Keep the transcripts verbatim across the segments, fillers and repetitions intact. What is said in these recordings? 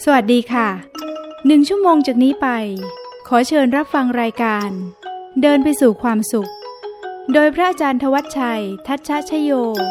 สวัสดีค่ะหนึ่งชั่วโมงจากนี้ไปขอเชิญรับฟังรายการเดินไปสู่ความสุขโดยพระอาจารย์ธวัชชัยทัชชชโย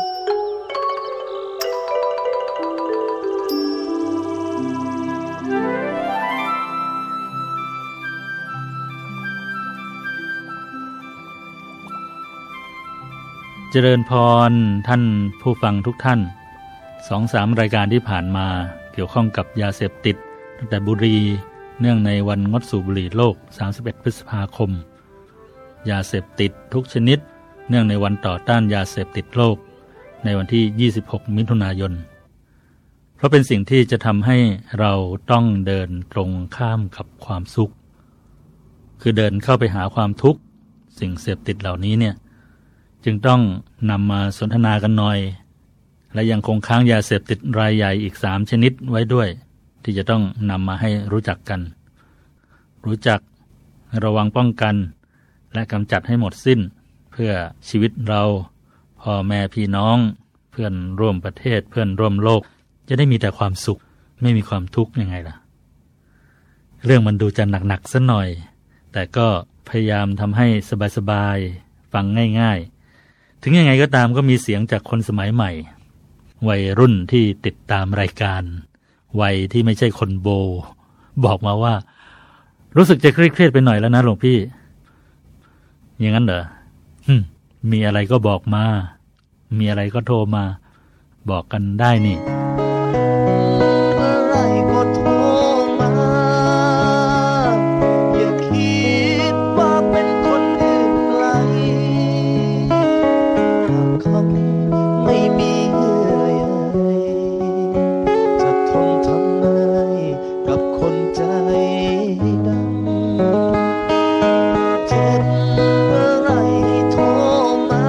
เจริญพรท่านผู้ฟังทุกท่านสองสามรายการที่ผ่านมาเกี่ยวข้องกับยาเสพติดตั้งแต่บุหรี่เนื่องในวันงดสูบบุหรี่โลกสามสิบเอ็ดพฤษภาคมยาเสพติดทุกชนิดเนื่องในวันต่อต้านยาเสพติดโลกในวันที่ยี่สิบหกมิถุนายนเพราะเป็นสิ่งที่จะทำให้เราต้องเดินตรงข้ามกับความสุขคือเดินเข้าไปหาความทุกข์สิ่งเสพติดเหล่านี้เนี่ยจึงต้องนำมาสนทนากันหน่อยและยังคงค้างยาเสพติดรายใหญ่อีกสามชนิดไว้ด้วยที่จะต้องนำมาให้รู้จักกันรู้จักระวังป้องกันและกำจัดให้หมดสิ้นเพื่อชีวิตเราพ่อแม่พี่น้องเพื่อนร่วมประเทศเพื่อนร่วมโลกจะได้มีแต่ความสุขไม่มีความทุกข์ยังไงล่ะเรื่องมันดูจะหนักๆซะหน่อยแต่ก็พยายามทำให้สบายๆฟังง่ายๆถึงยังไงก็ตามก็มีเสียงจากคนสมัยใหม่วัยรุ่นที่ติดตามรายการวัยที่ไม่ใช่คนโบบอกมาว่ารู้สึกจะเครียดๆไปหน่อยแล้วนะหลวงพี่อย่างนั้นเหรอมีอะไรก็บอกมามีอะไรก็โทรมาบอกกันได้นี่อะไรก็โทรมาอย่าคิดว่าเป็นคนอื่นไกลหากเขาไม่มีเยื่อใยจะทนทำไมกับคนใจดำเจ็บเมื่อไรโทรมา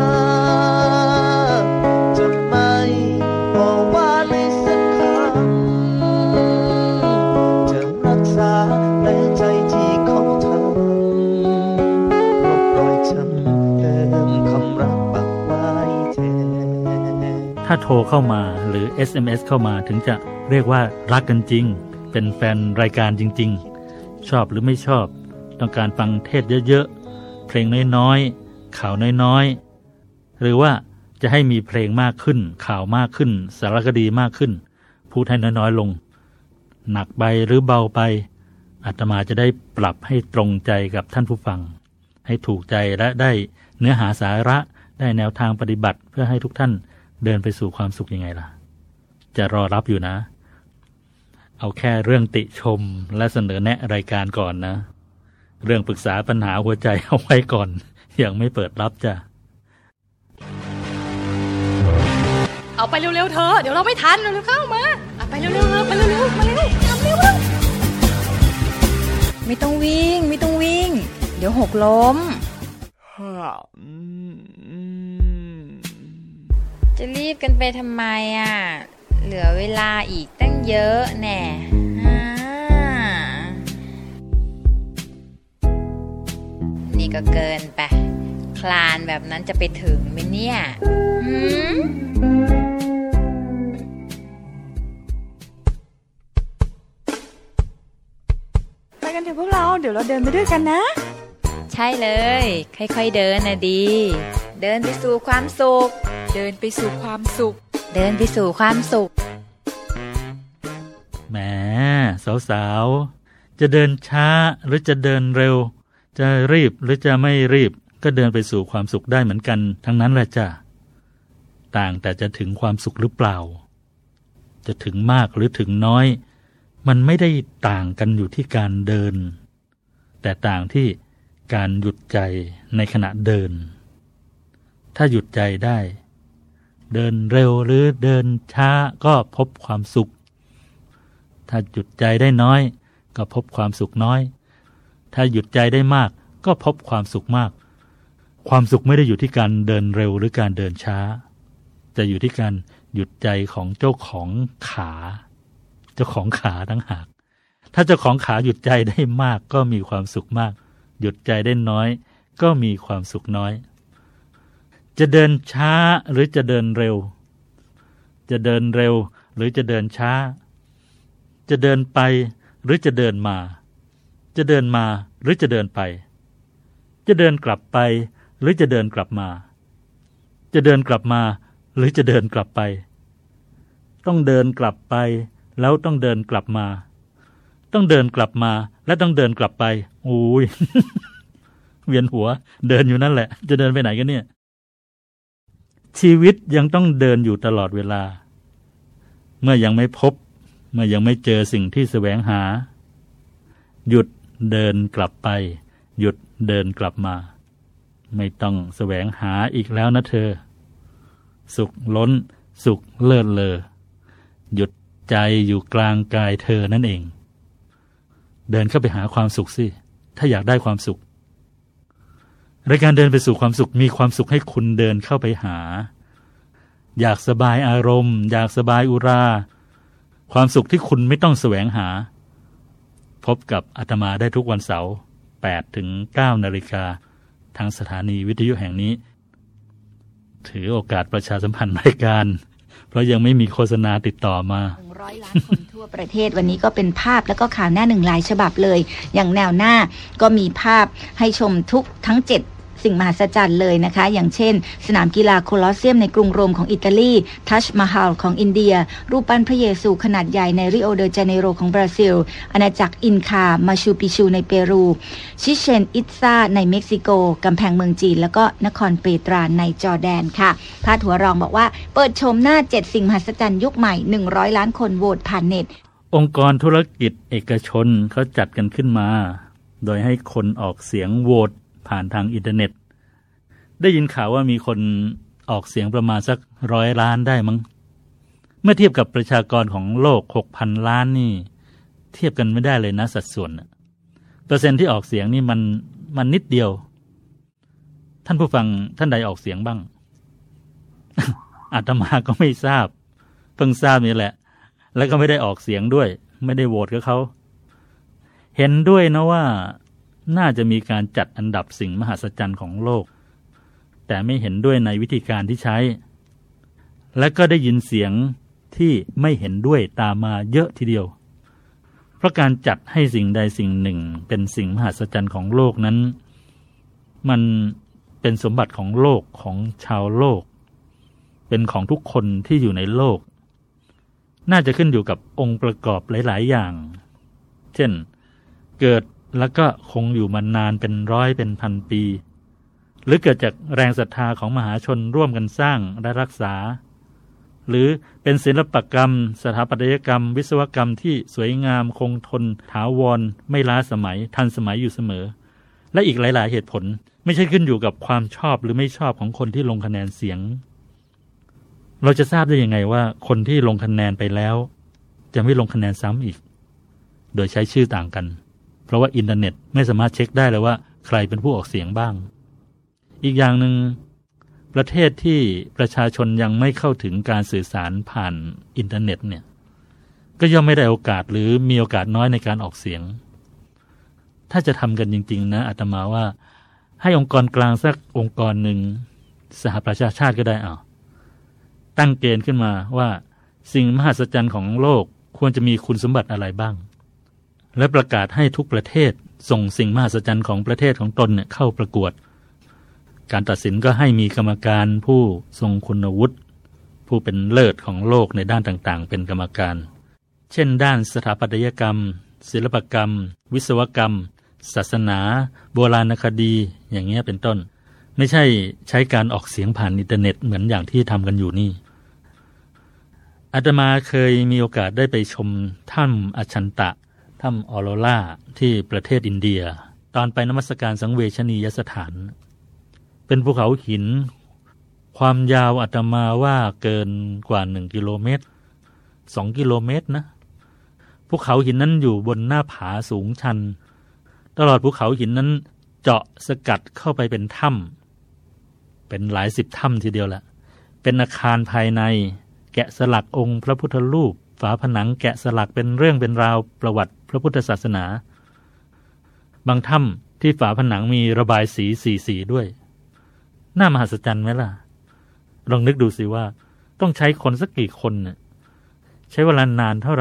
จะไม่บอกว่าในสักคำจะรักษาแผลใจที่เขาทำลบรอยช้ำเติมคำรักปักไว้แทนถ้าโทรเข้ามาหรือ เอส เอ็ม เอส เข้ามาถึงจะเรียกว่ารักกันจริงเป็นแฟนรายการจริงๆชอบหรือไม่ชอบต้องการฟังเทศเยอะๆเพลงน้อยๆข่าวน้อยๆหรือว่าจะให้มีเพลงมากขึ้นข่าวมากขึ้นสารคดีมากขึ้นพูดให้น้อยๆลงหนักไปหรือเบาไปอาตมาจะได้ปรับให้ตรงใจกับท่านผู้ฟังให้ถูกใจและได้เนื้อหาสาระได้แนวทางปฏิบัติเพื่อให้ทุกท่านเดินไปสู่ความสุขยังไงล่ะจะรอรับอยู่นะเอาแค่เรื่องติชมและเสนอแนะรายการก่อนนะเรื่องปรึกษาปัญหาหัวใจเอาไว้ก่อนยังไม่เปิดรับจ้ะเอาไปเร็วๆเธอเดี๋ยวเราไม่ทันเร็วๆเข้ามาเอาไปเร็วๆเร็วไปเร็วๆมาเร็วทำเร็วๆไม่ต้องวิ่งไม่ต้องวิ่งเดี๋ยวหกล้มจะรีบกันไปทำไมอ่ะเหลือเวลาอีกตั้งเยอะแน่นี่ก็เกินไปคลานแบบนั้นจะไปถึงไหมเนี่ยหืมไปกันเถอะพวกเราเดี๋ยวเราเดินไปด้วยกันนะใช่เลยค่อยๆเดินนะดีเดินไปสู่ความสุขเดินไปสู่ความสุขเดินไปสู่ความสุขแหมสาวๆจะเดินช้าหรือจะเดินเร็วจะรีบหรือจะไม่รีบก็เดินไปสู่ความสุขได้เหมือนกันทั้งนั้นแหละจ้ะต่างแต่จะถึงความสุขหรือเปล่าจะถึงมากหรือถึงน้อยมันไม่ได้ต่างกันอยู่ที่การเดินแต่ต่างที่การหยุดใจในขณะเดินถ้าหยุดใจได้เดินเร็วหรือเดินช้าก็พบความสุขถ้าหยุดใจได้น้อยก็พบความสุขน้อยถ้าหยุดใจได้มากก็พบความสุขมากความสุขไม่ได้อยู่ที่การเดินเร็วหรือการเดินช้าจะอยู่ที่การหยุดใจของเจ้าของขาเจ้าของขาทั้งหากถ้าเจ้าของขาหยุดใจได้มากก็มีความสุขมากหยุดใจได้น้อยก็มีความสุขน้อยจะเดินช้าหรือจะเดินเร็วจะเดินเร็วหรือจะเดินช้าจะเดินไปหรือจะเดินมา จะเดินมาหรือจะเดินไป จะเดินกลับไปหรือจะเดินกลับมา จะเดินกลับมาหรือจะเดินกลับไป ต้องเดินกลับไปแล้วต้องเดินกลับมา ต้องเดินกลับมาและต้องเดินกลับไปโอ้ย เวียนหัวเดินอยู่นั่นแหละจะเดินไปไหนกันเนี่ยชีวิตยังต้องเดินอยู่ตลอดเวลาเมื่อยังไม่พบเมื่อยังไม่เจอสิ่งที่แสวงหาหยุดเดินกลับไปหยุดเดินกลับมาไม่ต้องแสวงหาอีกแล้วนะเธอสุขล้นสุขเลิศเลอหยุดใจอยู่กลางกายเธอนั่นเองเดินเข้าไปหาความสุขสิถ้าอยากได้ความสุขรายการเดินไปสู่ความสุขมีความสุขให้คุณเดินเข้าไปหาอยากสบายอารมณ์อยากสบายอุราความสุขที่คุณไม่ต้องแสวงหาพบกับอาตมาได้ทุกวันเสาร์ แปดถึงเก้า นาฬิกาทางสถานีวิทยุแห่งนี้ถือโอกาสประชาสัมพันธ์รายการเพราะยังไม่มีโฆษณาติดต่อมาหนึ่งร้อยล้านคนทั่วประเทศวันนี้ก็เป็นภาพแล้วก็ข่าวหน้าหนึ่งหลายฉบับเลยอย่างแนวหน้าก็มีภาพให้ชมทุกทั้งเจ็ดสิ่งมหัศจรรย์เลยนะคะอย่างเช่นสนามกีฬาโคลอสเซียมในกรุงโรมของอิตาลีทัชมาฮาลของอินเดียรูปปั้นพระเยซูขนาดใหญ่ในริโอเดจาเนโรของบราซิลอาณาจักรอินคามาชูปิชูในเปรูชิเชนอิตซาในเม็กซิโกกำแพงเมืองจีนแล้วก็นครเปตราในจอร์แดนค่ะพาดหัวรองบอกว่าเปิดชมหน้าเจ็ดสิ่งมหัศจรรย์ยุคใหม่หนึ่งร้อยล้านคนโหวตผ่านเน็ตองค์กรธุรกิจเอกชนเขาจัดกันขึ้นมาโดยให้คนออกเสียงโหวตผ่านทางอินเทอร์เน็ตได้ยินข่าวว่ามีคนออกเสียงประมาณสักร้อยล้านได้มั้งเมื่อเทียบกับประชากรของโลก หกพัน ล้านนี่เทียบกันไม่ได้เลยนะสัดส่วนเปอร์เซ็นต์ที่ออกเสียงนี่มันมันนิดเดียวท่านผู้ฟังท่านใดออกเสียงบ้าง อาตมาก็ไม่ทราบเพิ่งทราบนี่แหละแล้วก็ไม่ได้ออกเสียงด้วยไม่ได้โหวตกับเขาเห็นด้วยนะว่าน่าจะมีการจัดอันดับสิ่งมหัศจรรย์ของโลกแต่ไม่เห็นด้วยในวิธีการที่ใช้และก็ได้ยินเสียงที่ไม่เห็นด้วยตามมาเยอะทีเดียวเพราะการจัดให้สิ่งใดสิ่งหนึ่งเป็นสิ่งมหัศจรรย์ของโลกนั้นมันเป็นสมบัติของโลกของชาวโลกเป็นของทุกคนที่อยู่ในโลกน่าจะขึ้นอยู่กับองค์ประกอบหลายๆอย่างเช่นเกิดแล้วก็คงอยู่มานานเป็นร้อยเป็นพันปีหรือเกิดจากแรงศรัทธาของมหาชนร่วมกันสร้างและรักษาหรือเป็นศิลปกรรมสถาปัตยกรรมวิศวกรรมที่สวยงามคงทนถาวรไม่ล้าสมัยทันสมัยอยู่เสมอและอีกหลายๆเหตุผลไม่ใช่ขึ้นอยู่กับความชอบหรือไม่ชอบของคนที่ลงคะแนนเสียงเราจะทราบได้ยังไงว่าคนที่ลงคะแนนไปแล้วจะไม่ลงคะแนนซ้ำอีกโดยใช้ชื่อต่างกันเพราะว่าอินเทอร์เน็ตไม่สามารถเช็คได้เลยว่าใครเป็นผู้ออกเสียงบ้างอีกอย่างหนึ่งประเทศที่ประชาชนยังไม่เข้าถึงการสื่อสารผ่านอินเทอร์เน็ตเนี่ยก็ย่อมไม่ได้โอกาสหรือมีโอกาสน้อยในการออกเสียงถ้าจะทำกันจริงๆนะอาตมาว่าให้องค์กรกลางสักองค์กรหนึ่งสหประชาชาติก็ได้เอาตั้งเกณฑ์ขึ้นมาว่าสิ่งมหัศจรรย์ของโลกควรจะมีคุณสมบัติอะไรบ้างและประกาศให้ทุกประเทศส่งสิ่งมหัศจรรย์ของประเทศของตนเนี่ยเข้าประกวดการตัดสินก็ให้มีกรรมการผู้ทรงคุณวุฒิผู้เป็นเลิศของโลกในด้านต่างๆเป็นกรรมการเช่นด้านสถาปัตยกรรมศิลปกรรมวิศวกรรมศาสนาโบราณคดีอย่างเงี้ยเป็นต้นไม่ใช่ใช้การออกเสียงผ่านอินเทอร์เน็ตเหมือนอย่างที่ทำกันอยู่นี่อาตมาเคยมีโอกาสได้ไปชมถ้ำอชันตะถ้ำออโรราที่ประเทศอินเดียตอนไปนมัสการสังเวชนียสถานเป็นภูเขาหินความยาวอาตมาว่าเกินกว่าหนึ่งกิโลเมตรสองกิโลเมตรนะภูเขาหินนั้นอยู่บนหน้าผาสูงชันตลอดภูเขาหินนั้นเจาะสกัดเข้าไปเป็นถ้ำเป็นหลายสิบถ้ำทีเดียวละเป็นอาคารภายในแกะสลักองค์พระพุทธรูปฝาผนังแกะสลักเป็นเรื่องเป็นราวประวัติพระพุทธศาสนาบางถ้ำที่ฝาผนังมีระบายสีสีสีด้วยน่ามหัศจรรย์ไหมล่ะลองนึกดูสิว่าต้องใช้คนสักกี่คนเนี่ยใช้เวลานานเท่าไหร่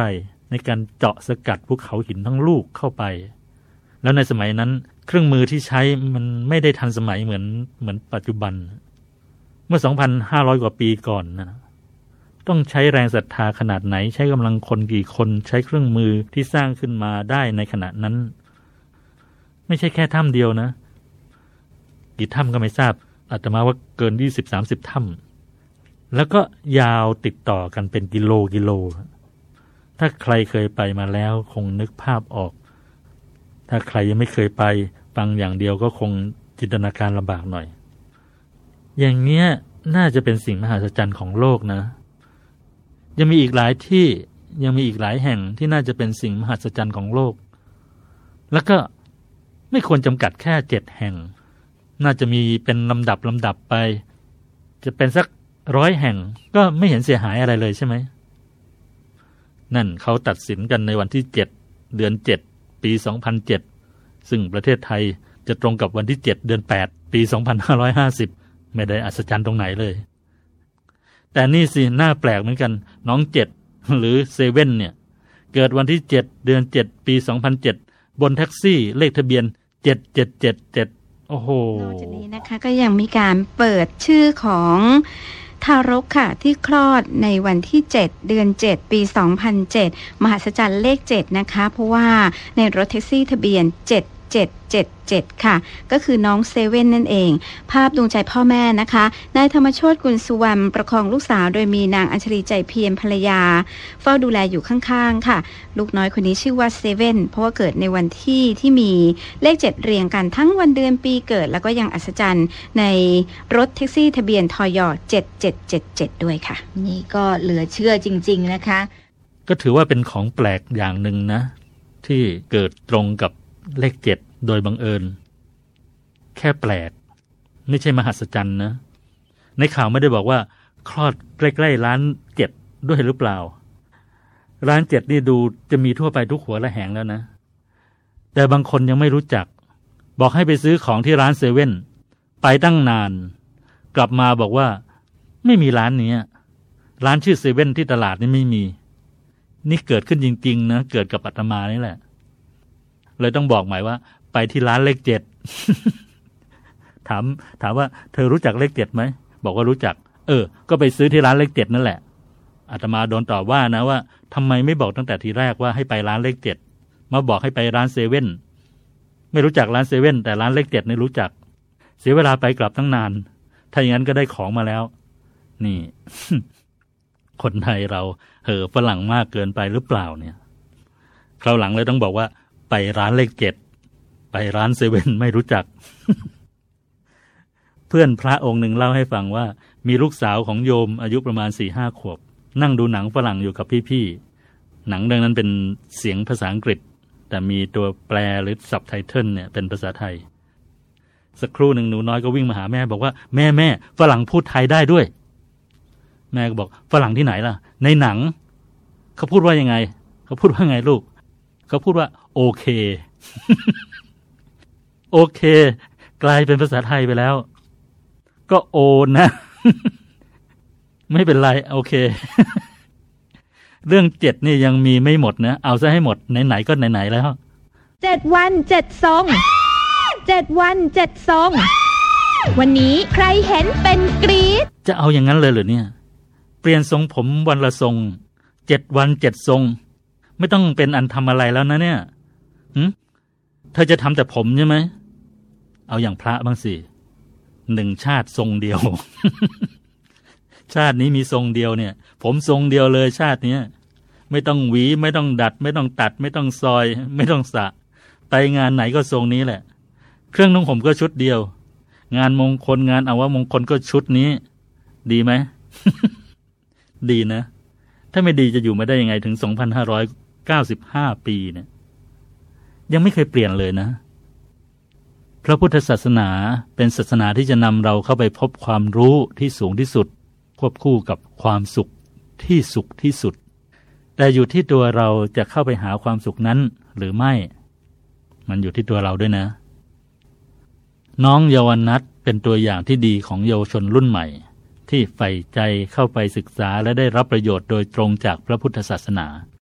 ในการเจาะสกัดภูเขาหินทั้งลูกเข้าไปแล้วในสมัยนั้นเครื่องมือที่ใช้มันไม่ได้ทันสมัยเหมือนเหมือนปัจจุบันเมื่อ สองพันห้าร้อย กว่าปีก่อนนะต้องใช้แรงศรัทธาขนาดไหนใช้กำลังคนกี่คนใช้เครื่องมือที่สร้างขึ้นมาได้ในขณะนั้นไม่ใช่แค่ถ้ำเดียวนะกี่ถ้ำก็ไม่ทราบอาตมาว่าเกิน ยี่สิบถึงสามสิบ ถ้ำแล้วก็ยาวติดต่อกันเป็นกิโลกิโลถ้าใครเคยไปมาแล้วคงนึกภาพออกถ้าใครยังไม่เคยไปฟังอย่างเดียวก็คงจินตนาการลำบากหน่อยอย่างเนี้ยน่าจะเป็นสิ่งมหัศจรรย์ของโลกนะยังมีอีกหลายที่ยังมีอีกหลายแห่งที่น่าจะเป็นสิ่งมหัศจรรย์ของโลกแล้วก็ไม่ควรจำกัดแค่เจ็ดแห่งน่าจะมีเป็นลำดับลำดับไปจะเป็นสักร้อยแห่งก็ไม่เห็นเสียหายอะไรเลยใช่ไหมนั่นเขาตัดสินกันในวันที่เจ็ดเดือนเจ็ดปีสองพันเจ็ดซึ่งประเทศไทยจะตรงกับวันที่เจ็ดเดือนแปดปีสองพันห้าร้อยห้าสิบไม่ได้อัศจรรย์ตรงไหนเลยแต่นี่สิน่าแปลกเหมือนกันน้องเจ็ดหรือเซเว่นเนี่ยเกิดวันที่เจ็ดเดือนเจ็ดปีสองพันเจ็ดบนแท็กซี่เลขทะเบียนเจ็ดเจ็ดเจ็ดเจ็ดโอ้โหนอกจากนี้นะคะก็ยังมีการเปิดชื่อของทารกค่ะที่คลอดในวันที่เจ็ดเดือนเจ็ดปีสองพันเจ็ดมหัศจรรย์เลขเจ็ดนะคะเพราะว่าในรถแท็กซี่ทะเบียนเจ็ดเจ็ดเจ็ดเจ็ดค่ะก็คือน้องเซเว่นนั่นเองภาพดวงใจพ่อแม่นะคะนายธรรมโชติกุลสุวรรณประคองลูกสาวโดยมีนางอัญชลีใจเพียรภรรยาเฝ้าดูแลอยู่ข้างๆค่ะลูกน้อยคนนี้ชื่อว่าเซเว่นเพราะว่าเกิดในวันที่ที่มีเลขเจ็ดเรียงกันทั้งวันเดือนปีเกิดแล้วก็ยังอัศจรรย์ในรถแท็กซี่ทะเบียนทยเจ็ดเจ็ดเจ็ดเจ็ดด้วยค่ะนี่ก็เหลือเชื่อจริงๆนะคะก็ถือว่าเป็นของแปลกอย่างหนึ่งนะที่เกิดตรงกับเลขเจ็ดโดยบังเอิญแค่แปลกไม่ใช่มหัศจรรย์นะในข่าวไม่ได้บอกว่าคลอดใกล้ๆร้านเจ็ดด้วยหรือเปล่าร้านเจ็ดนี่ดูจะมีทั่วไปทุกหัวละแหงแล้วนะแต่บางคนยังไม่รู้จักบอกให้ไปซื้อของที่ร้านเซเว่นไปตั้งนานกลับมาบอกว่าไม่มีร้านนี้ร้านชื่อเซเว่นที่ตลาดนี่ไม่มีนี่เกิดขึ้นจริงๆนะเกิดกับอาตมานี่แหละเลยต้องบอกหมายว่าไปที่ร้านเลขเจ็ด ถามถามว่าเธอรู้จักเลขเจ็ดไหมบอกว่ารู้จักเออก็ไปซื้อที่ร้านเลขเจ็ดนั่นแหละอาตมาโดนตอบว่านะว่าทำไมไม่บอกตั้งแต่ทีแรกว่าให้ไปร้านเลขเจ็ดมาบอกให้ไปร้านเซเว่นไม่รู้จักร้านเซเว่นแต่ร้านเลขเจ็ดนี่รู้จักเสียเวลาไปกลับตั้งนานถ้าอย่างนั้นก็ได้ของมาแล้วนี่ คนไทยเราเห่อฝรั่งมากเกินไปหรือเปล่าเนี่ยคราวหลังเลยต้องบอกว่าไปร้านเลขเจ็ดไปร้านเซเว่นไม่รู้จัก เพื่อนพระองค์หนึ่งเล่าให้ฟังว่ามีลูกสาวของโยมอายุประมาณ สี่ห้า ขวบนั่งดูหนังฝรั่งอยู่กับพี่ๆหนังเรื่องนั้นเป็นเสียงภาษาอังกฤษแต่มีตัวแปลหรือซับไตเติลเนี่ยเป็นภาษาไทยสักครู่หนึ่งหนูน้อยก็วิ่งมาหาแม่บอกว่าแม่แม่ฝรั่งพูดไทยได้ด้วยแม่ก็บอกฝรั่งที่ไหนล่ะในหนังเขาพูดว่ายังไงเขาพูดว่าไงลูกเขาพูดว่าโอเค โอเคกลายเป็นภาษาไทยไปแล้วก็โอนนะ ไม่เป็นไรโอเค เรื่องเจ็ดนี่ยังมีไม่หมดนะเอาซะให้หมดไหนๆก็ไหนๆแล้วเจ็ดวันเจ็ดทรงเจ็ดวันเจ็ดทรงวันนี้ใครเห็นเป็นกรี๊ดจะเอาอย่างนั้นเลยเหรอเนี่ยเปลี่ยนทรงผมวันละทรงเจ็ดวันเจ็ดทรงไม่ต้องเป็นอันทำอะไรแล้วนะเนี่ยหึเธอจะทำแต่ผมใช่ไหมเอาอย่างพระบ้างสิหนึ่งชาติทรงเดียว ชาตินี้มีทรงเดียวเนี่ยผมทรงเดียวเลยชาตินี้ไม่ต้องหวีไม่ต้องดัดไม่ต้องตัดไม่ต้องซอยไม่ต้องสระไปงานไหนก็ทรงนี้แหละเครื่องนุ่งห่มก็ชุดเดียวงานมงคลงานอาวมงคลก็ชุดนี้ดีไหม ดีนะถ้าไม่ดีจะอยู่มาได้ยังไงถึง สองพันห้าร้อยเก้าสิบห้า ปีเนี่ยยังไม่เคยเปลี่ยนเลยนะพระพุทธศาสนาเป็นศาสนาที่จะนำเราเข้าไปพบความรู้ที่สูงที่สุดควบคู่กับความสุขที่สุขที่สุดแต่อยู่ที่ตัวเราจะเข้าไปหาความสุขนั้นหรือไม่มันอยู่ที่ตัวเราด้วยนะน้องเยาวนัทเป็นตัวอย่างที่ดีของเยาวชนรุ่นใหม่ที่ใฝ่ใจเข้าไปศึกษาและได้รับประโยชน์โดยตรงจากพระพุทธศาสนา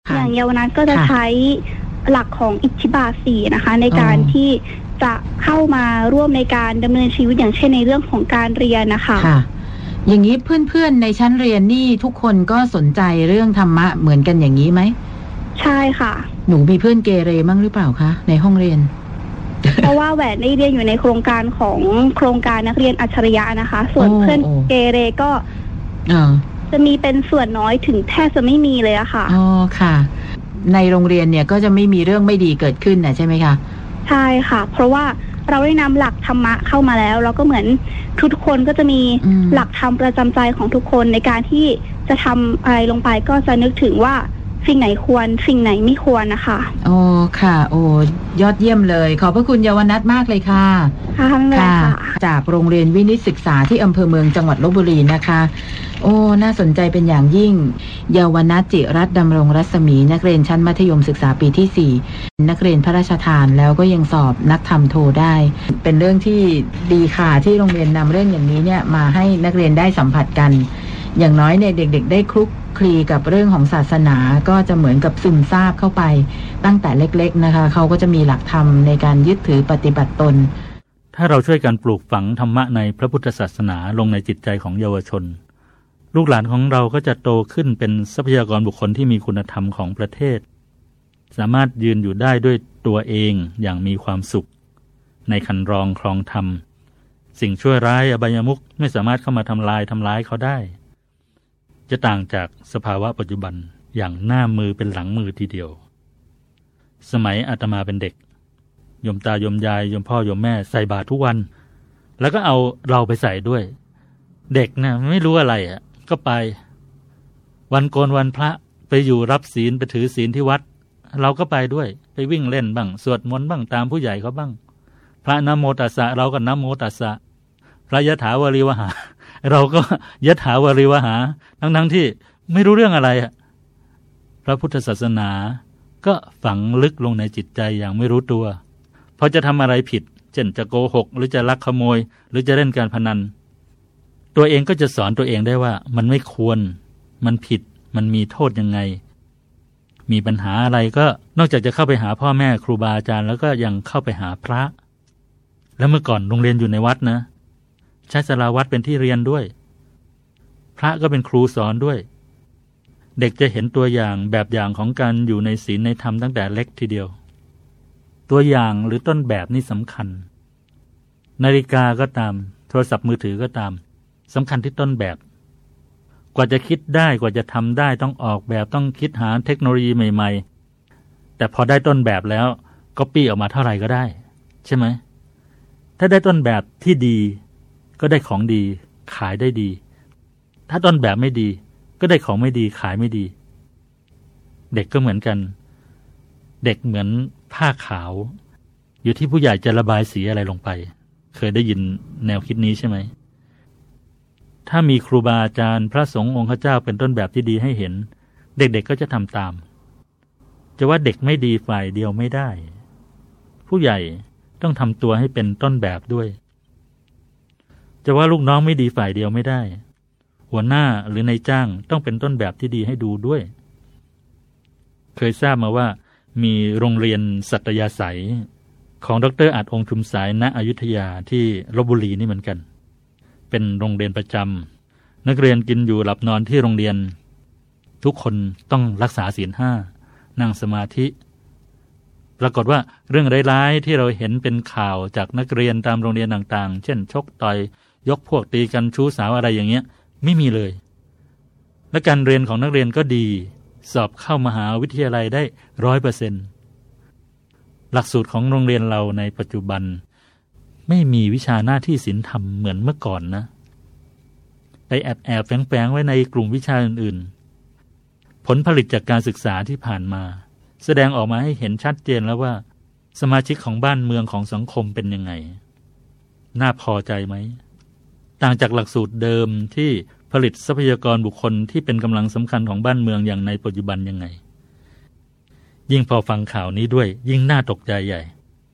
อย่างเยาวนัทก็จะใช้หลักของอิทธิบาทสี่นะคะในการที่จะเข้ามาร่วมในการดำเนินชีวิตอย่างเช่นในเรื่องของการเรียนนะคะค่ะอย่างนี้เพื่อนๆในชั้นเรียนนี่ทุกคนก็สนใจเรื่องธรรมะเหมือนกันอย่างนี้ไหมใช่ค่ะหนูมีเพื่อนเกเรมั่งหรือเปล่าคะในห้องเรียนเพราะว่าแหวนได้เรียนอยู่ในโครงการของโครงการนักเรียนอัจฉริยะนะคะส่วนเพื่อนเกเรก็จะมีเป็นส่วนน้อยถึงแทบจะไม่มีเลยอะค่ะอ๋อค่ะในโรงเรียนเนี่ยก็จะไม่มีเรื่องไม่ดีเกิดขึ้นนะใช่ไหมคะใช่ค่ะเพราะว่าเราได้นำหลักธรรมะเข้ามาแล้วแล้วก็เหมือนทุกคนก็จะมีหลักธรรมประจำใจของทุกคนในการที่จะทำอะไรลงไปก็จะนึกถึงว่าสิ่งไหนควรสิ่งไหนไม่ควรนะคะโอ้ค่ะโอ้ยอดเยี่ยมเลยขอบพระคุณเยาวนัทมากเลยค่ะค่ะค่ะจากโรงเรียนวินิตศึกษาที่อำเภอเมืองจังหวัดลพบุรีนะคะโอ้น่าสนใจเป็นอย่างยิ่งเยาวนัทจิรัตน์ดำรงรัศมีนักเรียนชั้นมัธยมศึกษาปีที่สี่นักเรียนพระราชทานแล้วก็ยังสอบนักธรรมโทได้เป็นเรื่องที่ดีค่ะที่โรงเรียนนำเรื่องอย่างนี้เนี่ยมาให้นักเรียนได้สัมผัสกันอย่างน้อยเนี่ยเด็กๆได้คลุกคลีกับเรื่องของศาสนาก็จะเหมือนกับซึมซาบเข้าไปตั้งแต่เล็กๆนะคะเขาก็จะมีหลักธรรมในการยึดถือปฏิบัติตนถ้าเราช่วยกันปลูกฝังธรรมะในพระพุทธศาสนาลงในจิตใจของเยาวชนลูกหลานของเราก็จะโตขึ้นเป็นทรัพยากรบุคคลที่มีคุณธรรมของประเทศสามารถยืนอยู่ได้ด้วยตัวเองอย่างมีความสุขในคันรองครองธรรมสิ่งชั่วร้ายอบายมุขไม่สามารถเข้ามาทำลายทำร้ายเขาได้จะต่างจากสภาวะปัจจุบันอย่างหน้ามือเป็นหลังมือทีเดียวสมัยอาตมาเป็นเด็กโยมตาโยมยายโยมพ่อโยมแม่ใส่บาตรทุกวันแล้วก็เอาเราไปใส่ด้วยเด็กนะไม่รู้อะไรอ่ะก็ไปวันโกนวันพระไปอยู่รับศีลไปถือศีลที่วัดเราก็ไปด้วยไปวิ่งเล่นบ้างสวดมนต์บ้างตามผู้ใหญ่เขาบ้างพระนะโมตัสสะเราก็นะโมตัสสะพระยะถาวรีวหาเราก็ยะถาวรีวหาทั้งๆที่ไม่รู้เรื่องอะไรอ่ะพระพุทธศาสนาก็ฝังลึกลงในจิตใจอย่างไม่รู้ตัวพอจะทำอะไรผิดเช่นจะโกหกหรือจะลักขโมยหรือจะเล่นการพนันตัวเองก็จะสอนตัวเองได้ว่ามันไม่ควรมันผิดมันมีโทษยังไงมีปัญหาอะไรก็นอกจากจะเข้าไปหาพ่อแม่ครูบาอาจารย์แล้วก็ยังเข้าไปหาพระแล้วเมื่อก่อนโรงเรียนอยู่ในวัดนะใช้ศาลาวัดเป็นที่เรียนด้วยพระก็เป็นครูสอนด้วยเด็กจะเห็นตัวอย่างแบบอย่างของการอยู่ในศีลในธรรมตั้งแต่เล็กทีเดียวตัวอย่างหรือต้นแบบนี่สำคัญนาฬิกาก็ตามโทรศัพท์มือถือก็ตามสำคัญที่ต้นแบบกว่าจะคิดได้กว่าจะทำได้ต้องออกแบบต้องคิดหาเทคโนโลยีใหม่ๆแต่พอได้ต้นแบบแล้วก็ปี้ออกมาเท่าไหร่ก็ได้ใช่ไหมถ้าได้ต้นแบบที่ดีก็ได้ของดีขายได้ดีถ้าต้นแบบไม่ดีก็ได้ของไม่ดีขายไม่ดีเด็กก็เหมือนกันเด็กเหมือนผ้าขาวอยู่ที่ผู้ใหญ่จะระบายสีอะไรลงไปเคยได้ยินแนวคิดนี้ใช่ไหมถ้ามีครูบาอาจารย์พระสงฆ์องค์เจ้าเป็นต้นแบบที่ดีให้เห็นเด็กๆ ก็จะทำตามจะว่าเด็กไม่ดีฝ่ายเดียวไม่ได้ผู้ใหญ่ต้องทำตัวให้เป็นต้นแบบด้วยจะว่าลูกน้องไม่ดีฝ่ายเดียวไม่ได้หัวหน้าหรือนายจ้างต้องเป็นต้นแบบที่ดีให้ดูด้วยเคยทราบมาว่ามีโรงเรียนสัตยาสัยของดร.อาจองค์ชุมสายณอยุธยาที่ลพบุรีนี่เหมือนกันเป็นโรงเรียนประจำนักเรียนกินอยู่หลับนอนที่โรงเรียนทุกคนต้องรักษาศีลห้านั่งสมาธิปรากฏว่าเรื่องร้ายๆที่เราเห็นเป็นข่าวจากนักเรียนตามโรงเรียนต่างๆเช่นชกต่อยยกพวกตีกันชู้สาวอะไรอย่างเงี้ยไม่มีเลยและการเรียนของนักเรียนก็ดีสอบเข้ามหาวิทยาลัยได้ร้อยเปอร์เซ็นต์หลักสูตรของโรงเรียนเราในปัจจุบันไม่มีวิชาหน้าที่ศีลธรรมเหมือนเมื่อก่อนนะไปแอบแอบแฝงๆไว้ในกลุ่มวิชาอื่นๆผลผลิตจากการศึกษาที่ผ่านมาแสดงออกมาให้เห็นชัดเจนแล้วว่าสมาชิกของบ้านเมืองของสังคมเป็นยังไงน่าพอใจไหมต่างจากหลักสูตรเดิมที่ผลิตทรัพยากรบุคคลที่เป็นกำลังสำคัญของบ้านเมืองอย่างในปัจจุบันยังไงยิ่งพอฟังข่าวนี้ด้วยยิ่งน่าตกใจใหญ่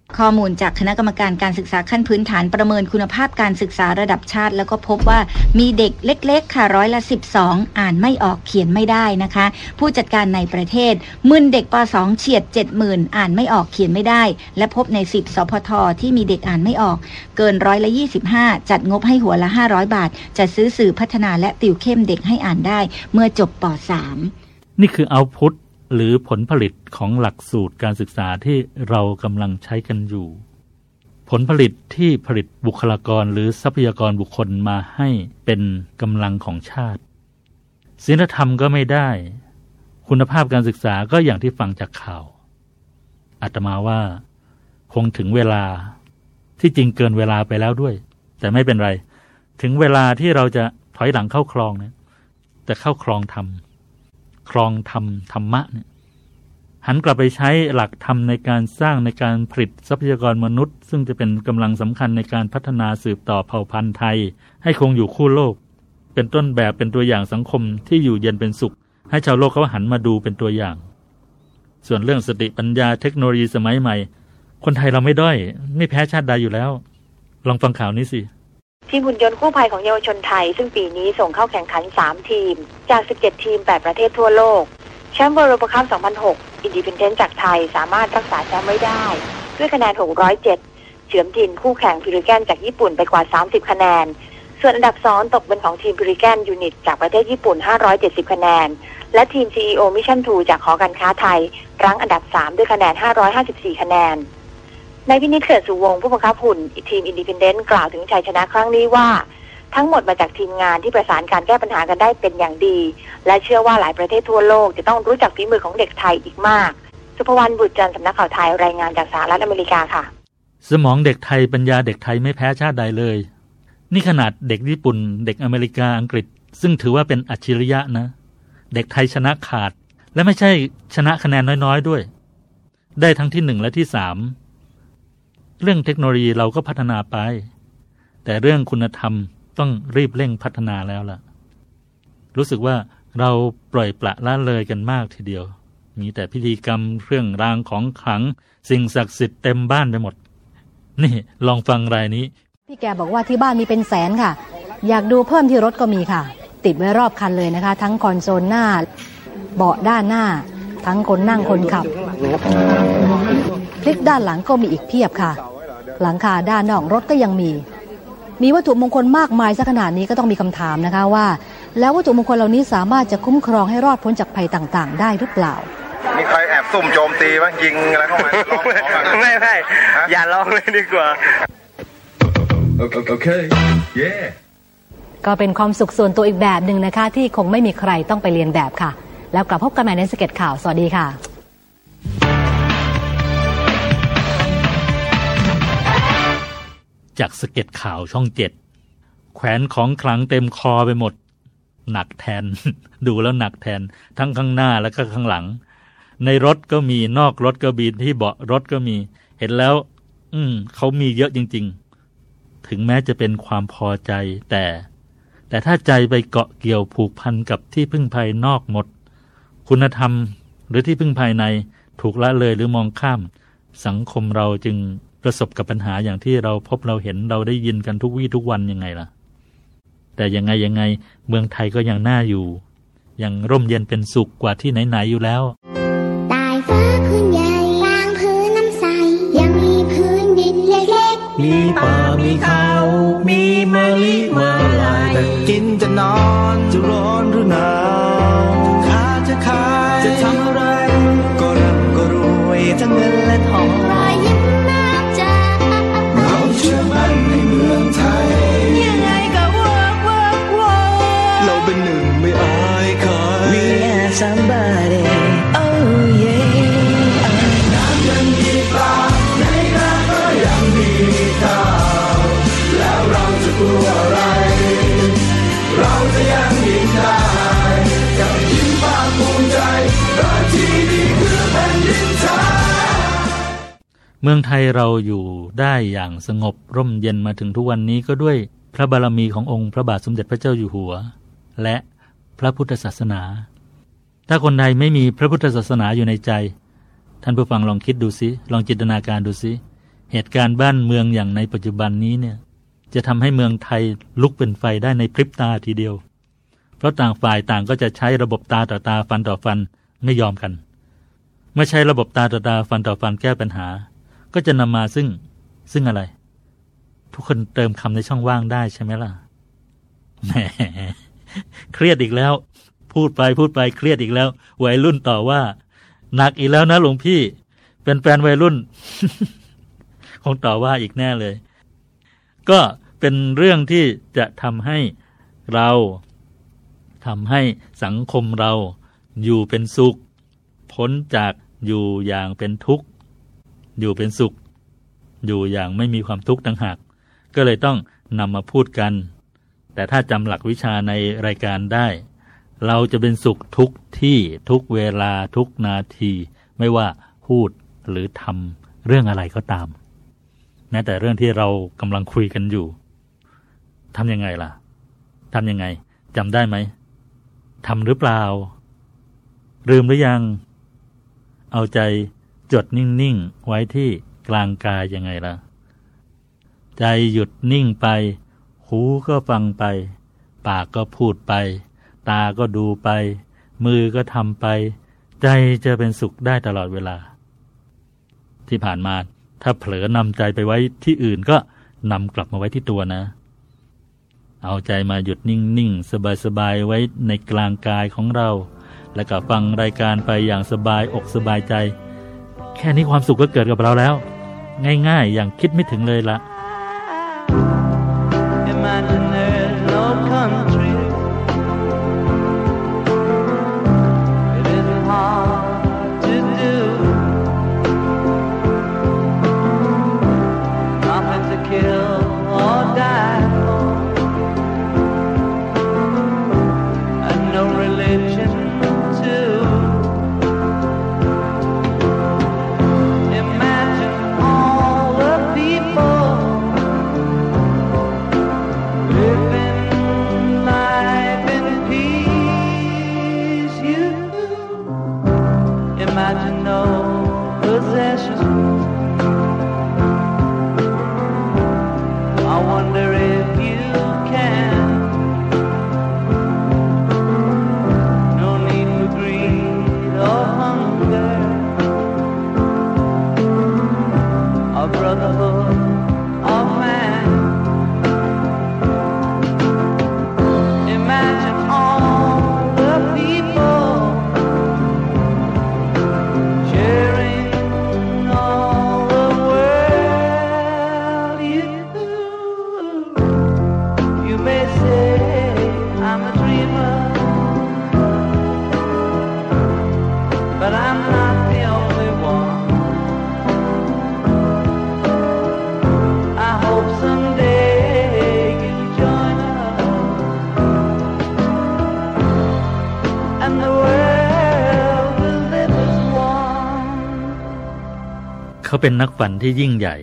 ข้อมูลจากคณะกรรมการการศึกษาขั้นพื้นฐานประเมินคุณภาพการศึกษาระดับชาติแล้วก็พบว่ามีเด็กเล็กๆค่ะร้อยละสิบสองอ่านไม่ออกเขียนไม่ได้นะคะผู้จัดการในประเทศมึนเด็กป สอง เฉียด เจ็ดหมื่น อ่านไม่ออกเขียนไม่ได้และพบในสิบสพทที่มีเด็กอ่านไม่ออกเกินร้อยละยี่สิบห้าจัดงบให้หัวละห้าร้อยบาทจะซื้อสื่อพัฒนาและติวเข้มเด็กให้อ่านได้เมื่อจบป สามนี่คือเอาท์พุตหรือผลผลิตของหลักสูตรการศึกษาที่เรากำลังใช้กันอยู่ผลผลิตที่ผลิตบุคลากรหรือทรัพยากรบุคคลมาให้เป็นกำลังของชาติศีลธรรมก็ไม่ได้คุณภาพการศึกษาก็อย่างที่ฟังจากข่าวอาตมาว่าคงถึงเวลาที่จริงเกินเวลาไปแล้วด้วยแต่ไม่เป็นไรถึงเวลาที่เราจะถอยหลังเข้าคลองเนี่ยแต่เข้าคลองธรรมคลองธรรมธรรมะเนี่ยหันกลับไปใช้หลักธรรมในการสร้างในการผลิตทรัพยากรมนุษย์ซึ่งจะเป็นกำลังสำคัญในการพัฒนาสืบต่อเผ่าพันธุ์ไทยให้คงอยู่คู่โลกเป็นต้นแบบเป็นตัวอย่างสังคมที่อยู่เย็นเป็นสุขให้ชาวโลกเขาหันมาดูเป็นตัวอย่างส่วนเรื่องสติปัญญาเทคโนโลยีสมัยใหม่คนไทยเราไม่ด้อยไม่แพ้ชาติใดอยู่แล้วลองฟังข่าวนี้สิทีมหุ่นยนต์กู้ภัยของเยาวชนไทยซึ่งปีนี้ส่งเข้าแข่งขันสามทีมจากสิบเจ็ดทีมแปดประเทศทั่วโลกแชมป์เวิลด์คัพสองพันหกอินดิเพนเดนต์จากไทยสามารถรักษาแชมป์ไว้ได้ด้วยคะแนนหกร้อยเจ็ดเฉือนทีมคู่แข่งพิริแกนจากญี่ปุ่นไปกว่าสามสิบคะแนนส่วนอันดับสองตกเป็นของทีมพิริแกนยูนิตจากประเทศญี่ปุ่นห้าร้อยเจ็ดสิบคะแนนและทีม ซี อี โอ Mission ทูจากหอการค้าไทยรั้งอันดับสามด้วยคะแนนห้าร้อยห้าสิบสี่คะแนนนายพินิจเกิดสุวงศ์ผู้บังคับหุ่นทีมอินดิเพนเดนต์กล่าวถึงชัยชนะครั้งนี้ว่าทั้งหมดมาจากทีมงานที่ประสานการแก้ปัญหากันได้เป็นอย่างดีและเชื่อว่าหลายประเทศทั่วโลกจะต้องรู้จักฝีมือของเด็กไทยอีกมากสุภวรรณบุตรจันทร์สำนักข่าวไทยรายงานจากสหรัฐอเมริกาค่ะสมองเด็กไทยปัญญาเด็กไทยไม่แพ้ชาติใดเลยนี่ขนาดเด็กญี่ปุ่นเด็กอเมริกาอังกฤษซึ่งถือว่าเป็นอัจฉริยะนะเด็กไทยชนะขาดและไม่ใช่ชนะคะแนนน้อยๆด้วยได้ทั้งที่หนึ่งและที่สามเรื่องเทคโนโลยีเราก็พัฒนาไปแต่เรื่องคุณธรรมต้องรีบเร่งพัฒนาแล้วล่ะรู้สึกว่าเราปล่อยปละละเลยกันมากทีเดียวมีแต่พิธีกรรมเครื่องรางของขลังสิ่งศักดิ์สิทธิ์เต็มบ้านไปหมดนี่ลองฟังรายนี้พี่แกบอกว่าที่บ้านมีเป็นแสนค่ะอยากดูเพิ่มที่รถก็มีค่ะติดไว้รอบคันเลยนะคะทั้งคอนโซลหน้าเบาะด้านหน้าทั้งคนนั่งคนขับพลิกด้านหลังก็มีอีกเพียบค่ะหลังคาด้านนอกรถก็ยังมีมีวัตถุมงคลมากมายซะขนาดนี้ก็ต้องมีคำถามนะคะว่าแล้ววัตถุมงคลเหล่านี้สามารถจะคุ้มครองให้รอดพ้นจากภัยต่างๆได้หรือเปล่ามีใครแอบซุ่มโจมตีบ้างยิงอะไรเข้ามาลองไม่ไม่อย่าลองเลยดีกว่าโอเคเย้ก็เป็นความสุขส่วนตัวอีกแบบหนึ่งนะคะที่คงไม่มีใครต้องไปเรียนแบบค่ะแล้วกลับพบกันใหม่ในสเก็ตข่าวสวัสดีค่ะจากสเก็ตข่าวช่องเจ็ดแขวนของขลังเต็มคอไปหมดหนักแทน ดูแล้วหนักแทนทั้งข้างหน้าและก็ข้างหลังในรถก็มีนอกรถก็มีที่เบาะรถก็มีเห็นแล้วอืมเขามีเยอะจริงๆถึงแม้จะเป็นความพอใจแต่แต่ถ้าใจไปเกาะเกี่ยวผูกพันกับที่พึ่งภายนอกหมดคุณธรรมหรือที่พึ่งภายในถูกละเลยหรือมองข้ามสังคมเราจึงประสบกับปัญหาอย่างที่เราพบเราเห็นเราได้ยินกันทุกวี่ทุกวันยังไงล่ะแต่ยังไงยังไงเมืองไทยก็ยังน่าอยู่ยังร่มเย็นเป็นสุขกว่าที่ไหนๆอยู่แล้วใต้ฟ้าพื้นใหญ่กลางพื้นน้ำใสยังมีพื้นดินเล็กๆมีป่ามีเขามีมะลิมาลายแต่กินจะนอนจะร้อนหรือหนาวค้าจะขายจะทำอะไรก็ร่ำก็รวยทั้งเงินและทองรอยยิ้มน้ำใจเราเชื่อมั่นในเมืองไทยยังไงก็เวิร์กเวิร์กเวิร์กเราเป็นหนึ่งไม่อายใคร We are somebody oh yeah น้ำยังมีปลาในน้ำก็ยังมีข้าวแล้วเราจะกลัวอะไรเราจะยังยิ้มได้กับยิ้มภาคภูมิใจราที่นี่คือแผ่นดินไทยเมืองไทยเราอยู่ได้อย่างสงบร่มเย็นมาถึงทุกวันนี้ก็ด้วยพระบารมีขององค์พระบาทสมเด็จพระเจ้าอยู่หัวและพระพุทธศาสนาถ้าคนไทยไม่มีพระพุทธศาสนาอยู่ในใจท่านผู้ฟังลองคิดดูสิลองจินตนาการดูสิเหตุการณ์บ้านเมืองอย่างในปัจจุบันนี้เนี่ยจะทำให้เมืองไทยลุกเป็นไฟได้ในพริบตาทีเดียวเพราะต่างฝ่ายต่างก็จะใช้ระบบตาต่อตาฟันต่อฟันไม่ยอมกันเมื่อใช้ระบบตาต่อตาฟันต่อฟันแก้ปัญหาก็จะนำมาซึ่งซึ่งอะไรทุกคนเติมคำในช่องว่างได้ใช่ไหมล่ะแหมเครียดอีกแล้วพูดไปพูดไปเครียดอีกแล้ววัยรุ่นต่อว่าหนักอีกแล้วนะหลวงพี่เป็นแฟนวัยรุ่น คงต่อว่าอีกแน่เลยก็เป็นเรื่องที่จะทำให้เราทำให้สังคมเราอยู่เป็นสุขพ้นจากอยู่อย่างเป็นทุกข์อยู่เป็นสุขอยู่อย่างไม่มีความทุกข์ต่างหากก็เลยต้องนำมาพูดกันแต่ถ้าจำหลักวิชาในรายการได้เราจะเป็นสุขทุกที่ทุกเวลาทุกนาทีไม่ว่าพูดหรือทำเรื่องอะไรก็ตามแม้แต่เรื่องที่เรากำลังคุยกันอยู่ทำยังไงล่ะทำยังไงจำได้ไหมทำหรือเปล่าลืมหรือยังเอาใจจดนิ่งๆไว้ที่กลางกายยังไงล่ะใจหยุดนิ่งไปหูก็ฟังไปปากก็พูดไปตาก็ดูไปมือก็ทำไปใจจะเป็นสุขได้ตลอดเวลาที่ผ่านมาถ้าเผลอนำใจไปไว้ที่อื่นก็นำกลับมาไว้ที่ตัวนะเอาใจมาหยุดนิ่งๆสบายๆไว้ในกลางกายของเราแล้วก็ฟังรายการไปอย่างสบายอกสบายใจแค่นี้ความสุขก็เกิดกับเราแล้วง่ายๆอย่างคิดไม่ถึงเลยละเขาเป็นนักฝันที่ยิ่งใหญ่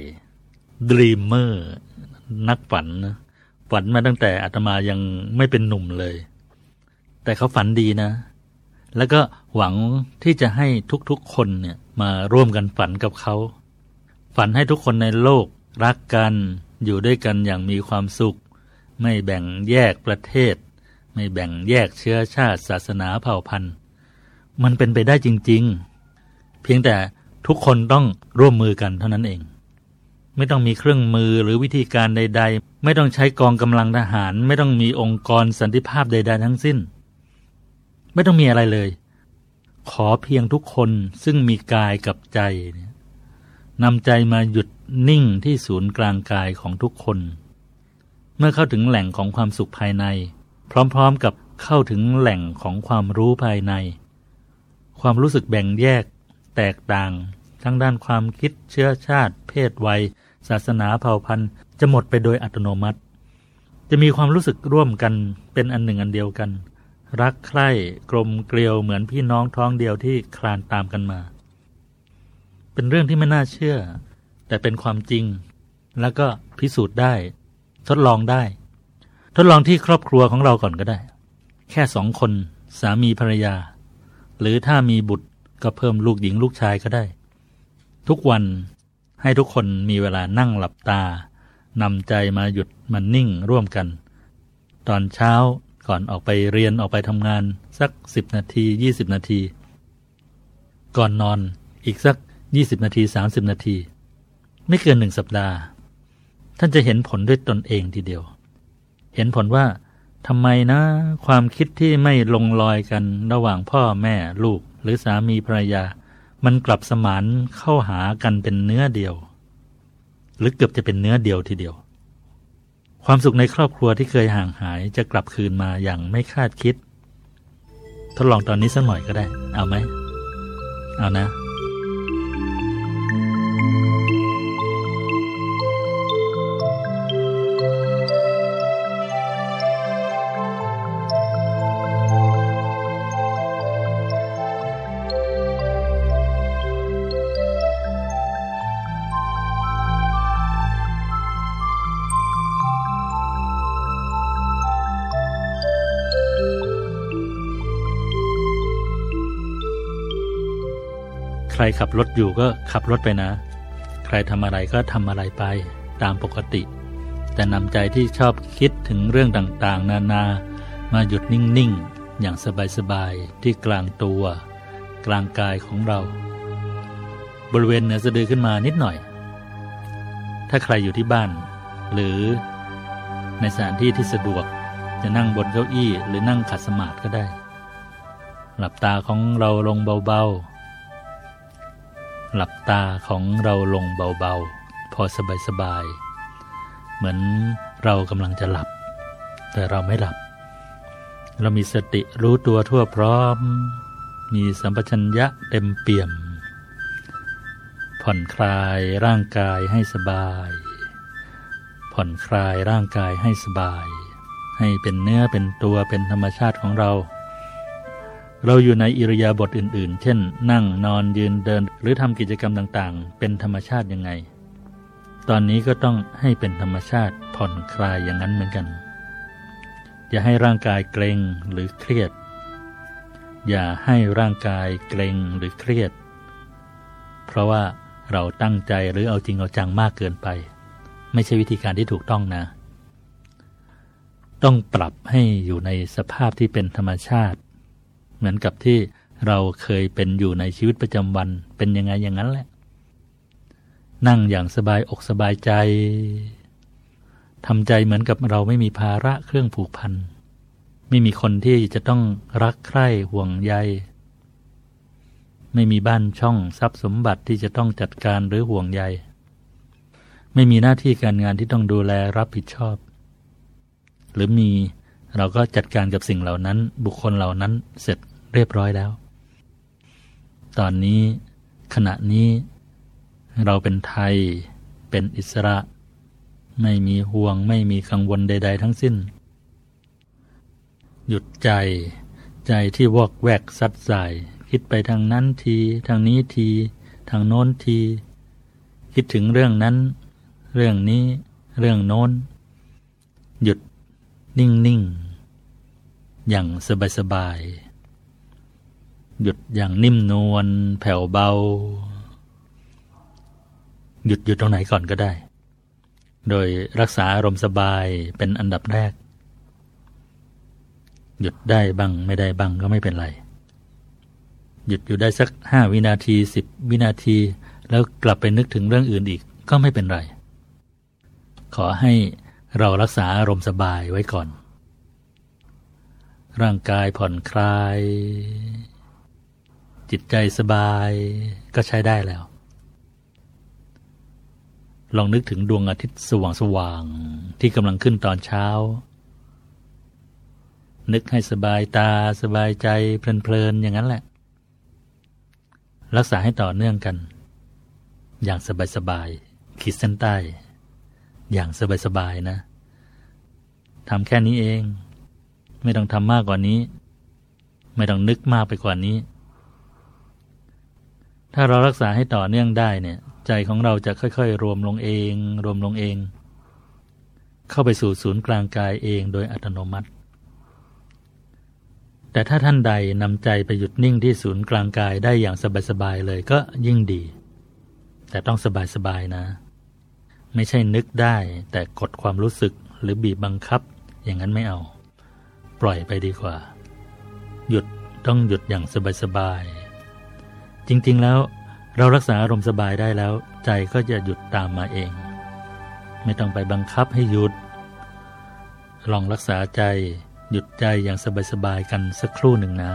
Dreamer นักฝันนะฝันมาตั้งแต่อาตมายังไม่เป็นหนุ่มเลยแต่เขาฝันดีนะแล้วก็หวังที่จะให้ทุกๆคนเนี่ยมาร่วมกันฝันกับเขาฝันให้ทุกคนในโลกรักกันอยู่ด้วยกันอย่างมีความสุขไม่แบ่งแยกประเทศไม่แบ่งแยกเชื้อชาติศาสนาเผ่าพันธุ์มันเป็นไปได้จริงๆเพียงแต่ทุกคนต้องร่วมมือกันเท่านั้นเองไม่ต้องมีเครื่องมือหรือวิธีการใดๆไม่ต้องใช้กองกำลังทหารไม่ต้องมีองค์กรสันติภาพใดๆทั้งสิ้นไม่ต้องมีอะไรเลยขอเพียงทุกคนซึ่งมีกายกับใจนำใจมาหยุดนิ่งที่ศูนย์กลางกายของทุกคนเมื่อเข้าถึงแหล่งของความสุขภายในพร้อมๆกับเข้าถึงแหล่งของความรู้ภายในความรู้สึกแบ่งแยกแตกต่างทั้งด้านความคิดเชื้อชาติเพศวัยศาสนาเผ่าพันธุ์จะหมดไปโดยอัตโนมัติจะมีความรู้สึกร่วมกันเป็นอันหนึ่งอันเดียวกันรักใคร่กลมเกลียวเหมือนพี่น้องท้องเดียวที่คลานตามกันมาเป็นเรื่องที่ไม่น่าเชื่อแต่เป็นความจริงแล้วก็พิสูจน์ได้ทดลองได้ทดลองที่ครอบครัวของเราก่อนก็ได้แค่สองคนสามีภรรยาหรือถ้ามีบุตรก็เพิ่มลูกหญิงลูกชายก็ได้ทุกวันให้ทุกคนมีเวลานั่งหลับตานำใจมาหยุดมันนิ่งร่วมกัน ตอนเช้าก่อนออกไปเรียนออกไปทำงานสักสิบนาทียี่สิบนาทีก่อนนอนอีกสักยี่สิบนาทีสามสิบนาทีไม่เกินหนึ่งสัปดาห์ท่านจะเห็นผลด้วยตนเองทีเดียวเห็นผลว่าทำไมนะความคิดที่ไม่ลงรอยกันระหว่างพ่อแม่ลูกหรือสามีภรรยามันกลับสมานเข้าหากันเป็นเนื้อเดียวหรือเกือบจะเป็นเนื้อเดียวทีเดียวความสุขในครอบครัวที่เคยห่างหายจะกลับคืนมาอย่างไม่คาดคิดทดลองตอนนี้สักหน่อยก็ได้เอาไหมเอานะใครขับรถอยู่ก็ขับรถไปนะใครทำอะไรก็ทำอะไรไปตามปกติแต่นำใจที่ชอบคิดถึงเรื่องต่างๆนานามาหยุดนิ่งๆอย่างสบายๆที่กลางตัวกลางกายของเราบริเวณเหนือสะดือขึ้นมานิดหน่อยถ้าใครอยู่ที่บ้านหรือในสถานที่ที่สะดวกจะนั่งบนเก้าอี้หรือนั่งขัดสมาธิก็ได้หลับตาของเราลงเบาๆหลับตาของเราลงเบาๆพอสบายๆเหมือนเรากำลังจะหลับแต่เราไม่หลับเรามีสติรู้ตัวทั่วพร้อมมีสัมปชัญญะเต็มเปี่ยมผ่อนคลายร่างกายให้สบายผ่อนคลายร่างกายให้สบายให้เป็นเนื้อเป็นตัวเป็นธรรมชาติของเราเราอยู่ในอิริยาบถอื่นๆเช่นนั่งนอนยืนเดินหรือทำกิจกรรมต่างๆเป็นธรรมชาติยังไงตอนนี้ก็ต้องให้เป็นธรรมชาติผ่อนคลายอย่างนั้นเหมือนกันอย่าให้ร่างกายเกร็งหรือเครียดอย่าให้ร่างกายเกร็งหรือเครียดเพราะว่าเราตั้งใจหรือเอาจริงเอาจังมากเกินไปไม่ใช่วิธีการที่ถูกต้องนะต้องปรับให้อยู่ในสภาพที่เป็นธรรมชาติเหมือนกับที่เราเคยเป็นอยู่ในชีวิตประจำวันเป็นยังไงอย่างนั้นแหละนั่งอย่างสบายอกสบายใจทำใจเหมือนกับเราไม่มีภาระเครื่องผูกพันไม่มีคนที่จะต้องรักใคร่ห่วงใยไม่มีบ้านช่องทรัพย์สมบัติที่จะต้องจัดการหรือห่วงใยไม่มีหน้าที่การงานที่ต้องดูแลรับผิดชอบหรือมีเราก็จัดการกับสิ่งเหล่านั้นบุคคลเหล่านั้นเสร็จเรียบร้อยแล้วตอนนี้ขณะนี้เราเป็นไทยเป็นอิสระไม่มีห่วงไม่มีกังวลใดๆทั้งสิ้นหยุดใจใจที่วอกแวกซัดสายคิดไปทางนั้นทีทางนี้ทีทางโน้นทีคิดถึงเรื่องนั้นเรื่องนี้เรื่องโน้นหยุดนิ่งๆอย่างสบายๆหยุดอย่างนิ่มนวลแผ่วเบาหยุดอยู่ตรงไหนก่อนก็ได้โดยรักษาอารมณ์สบายเป็นอันดับแรกหยุดได้บ้างไม่ได้บ้างก็ไม่เป็นไรหยุดอยู่ได้สักห้าวินาทีสิบวินาทีแล้วกลับไปนึกถึงเรื่องอื่นอีกก็ไม่เป็นไรขอให้เรารักษาอารมณ์สบายไว้ก่อนร่างกายผ่อนคลายจิตใจสบายก็ใช้ได้แล้วลองนึกถึงดวงอาทิตย์สว่างสว่างที่กำลังขึ้นตอนเช้านึกให้สบายตาสบายใจเพลินๆอย่างนั้นแหละรักษาให้ต่อเนื่องกันอย่างสบายๆขีดเส้นใต้อย่างสบายๆนะทำแค่นี้เองไม่ต้องทำมากกว่านี้ไม่ต้องนึกมากไปกว่านี้ถ้าเรารักษาให้ต่อเนื่องได้เนี่ยใจของเราจะค่อยๆรวมลงเองรวมลงเองเข้าไปสู่ศูนย์กลางกายเองโดยอัตโนมัติแต่ถ้าท่านใดนำใจไปหยุดนิ่งที่ศูนย์กลางกายได้อย่างสบายๆเลยก็ยิ่งดีแต่ต้องสบายๆนะไม่ใช่นึกได้แต่กดความรู้สึกหรือบีบบังคับอย่างนั้นไม่เอาปล่อยไปดีกว่าหยุดต้องหยุดอย่างสบายๆจริงๆแล้วเรารักษาอารมณ์สบายได้แล้วใจก็จะหยุดตามมาเองไม่ต้องไปบังคับให้หยุดลองรักษาใจหยุดใจอย่างสบายๆกันสักครู่หนึ่งนะ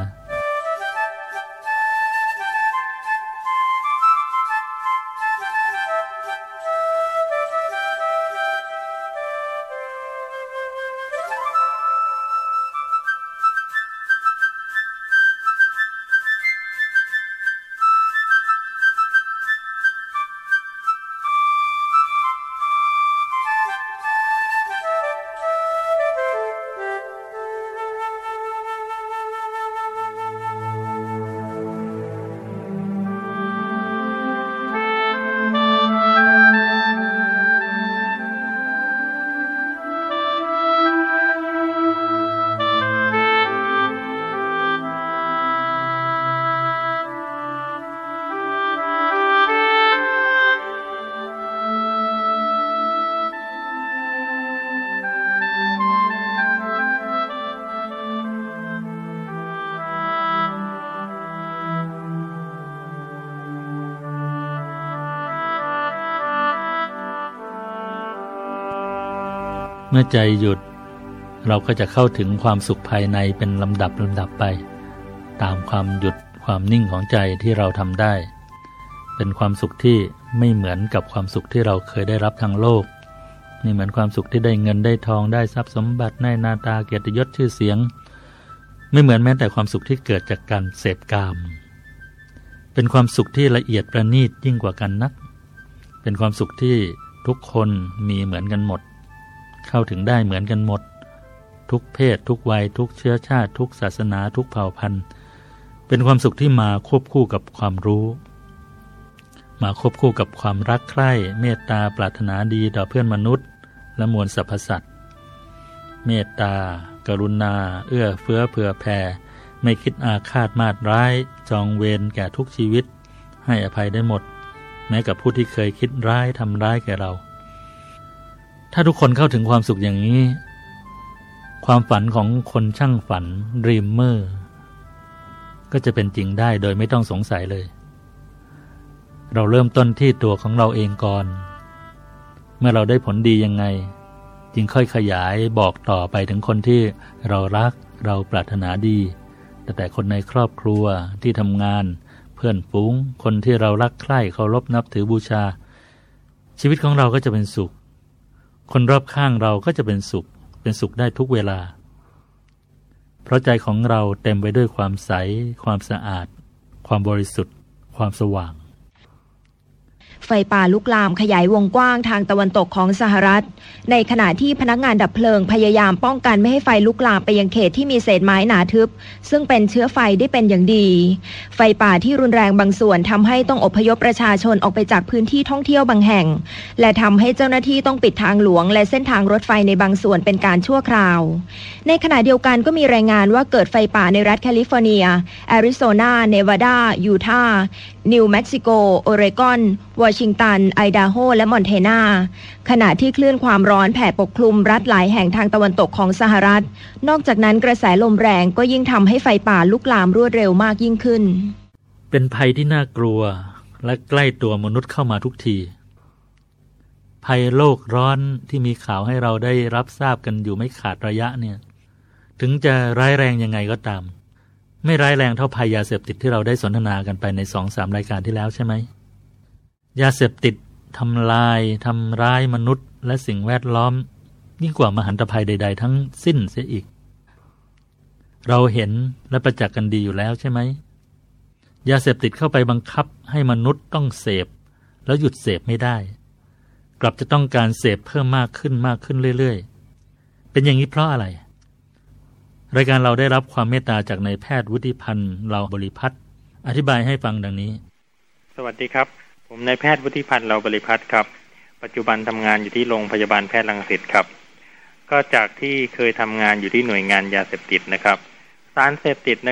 เมื่อใจหยุดเราก็จะเข้าถึงความสุขภายในเป็นลำดับลำดับไปตามความหยุดความนิ่งของใจที่เราทำได้เป็นความสุขที่ไม่เหมือนกับความสุขที่เราเคยได้รับทางโลกไม่เหมือนความสุขที่ได้เงินได้ทองได้ทรัพย์สมบัติได้หน้าตาเกียรติยศชื่อเสียงไม่เหมือนแม้แต่ความสุขที่เกิดจากการเสพกามเป็นความสุขที่ละเอียดประณีตยิ่งกว่ากันนักเป็นความสุขที่ทุกคนมีเหมือนกันหมดเข้าถึงได้เหมือนกันหมดทุกเพศทุกวัยทุกเชื้อชาติทุกศาสนาทุกเผ่าพันธุ์เป็นความสุขที่มาควบคู่กับความรู้มาควบคู่กับความรักใคร่เมตตาปรารถนาดีต่อเพื่อนมนุษย์และมวลสรรพสัตว์เมตตากรุณาเอื้อเฟื้อเผื่อแผ่ไม่คิดอาฆาตมาตร้ายจองเวรแก่ทุกชีวิตให้อภัยได้หมดแม้กับผู้ที่เคยคิดร้ายทำร้ายแก่เราถ้าทุกคนเข้าถึงความสุขอย่างนี้ความฝันของคนช่างฝัน Dreamer ก็จะเป็นจริงได้โดยไม่ต้องสงสัยเลยเราเริ่มต้นที่ตัวของเราเองก่อนเมื่อเราได้ผลดียังไงจึงค่อยขยายบอกต่อไปถึงคนที่เรารักเราปรารถนาดีแต่แต่คนในครอบครัวที่ทำงานเพื่อนฝูงคนที่เรารักใคร่เคารพนับถือบูชาชีวิตของเราก็จะเป็นสุขคนรอบข้างเราก็จะเป็นสุขเป็นสุขได้ทุกเวลาเพราะใจของเราเต็มไปด้วยความใสความสะอาดความบริสุทธิ์ความสว่างไฟป่าลุกลามขยายวงกว้างทางตะวันตกของสหรัฐในขณะที่พนักงานดับเพลิงพยายามป้องกันไม่ให้ไฟลุกลามไปยังเขตที่มีเศษไม้หนาทึบซึ่งเป็นเชื้อไฟได้เป็นอย่างดีไฟป่าที่รุนแรงบางส่วนทำให้ต้องอพยพประชาชนออกไปจากพื้นที่ท่องเที่ยวบางแห่งและทำให้เจ้าหน้าที่ต้องปิดทางหลวงและเส้นทางรถไฟในบางส่วนเป็นการชั่วคราวในขณะเดียวกันก็มีรายงานว่าเกิดไฟป่าในรัฐแคลิฟอร์เนียแอริโซนาเนวาดายูทาห์นิวเม็กซิโกโอเรกอนวอชิงตันไอดาโฮและมอนเทนาขณะที่คลื่นความร้อนแผ่ปกคลุมรัฐหลายแห่งทางตะวันตกของสหรัฐนอกจากนั้นกระแสลมแรงก็ยิ่งทำให้ไฟป่าลุกลามรวดเร็วมากยิ่งขึ้นเป็นภัยที่น่ากลัวและใกล้ตัวมนุษย์เข้ามาทุกทีภัยโลกร้อนที่มีข่าวให้เราได้รับทราบกันอยู่ไม่ขาดระยะเนี่ยถึงจะร้ายแรงยังไงก็ตามไม่ร้ายแรงเท่าภัยยาเสพติดที่เราได้สนทนากันไปใน สองสาม รายการที่แล้วใช่ไหมยาเสพติดทำลายทำร้ายมนุษย์และสิ่งแวดล้อมยิ่งกว่ามหันตภัยใดๆทั้งสิ้นเสียอีกเราเห็นและประจักษ์กันดีอยู่แล้วใช่ไหมยาเสพติดเข้าไปบังคับให้มนุษย์ต้องเสพแล้วหยุดเสพไม่ได้กลับจะต้องการเสพเพิ่มมากขึ้นมากขึ้นเรื่อยๆเป็นอย่างนี้เพราะอะไรรายการเราได้รับความเมตตาจากนายแพทย์วุฒิพันธ์เราบริพัตรอธิบายให้ฟังดังนี้สวัสดีครับผมนายแพทย์วุฒิพันธ์เราบริพัตรครับปัจจุบันทำงานอยู่ที่โรงพยาบาลแพทย์รังสิตครับก็จากที่เคยทำงานอยู่ที่หน่วยงานยาเสพติดนะครับสารเสพติดนะครับ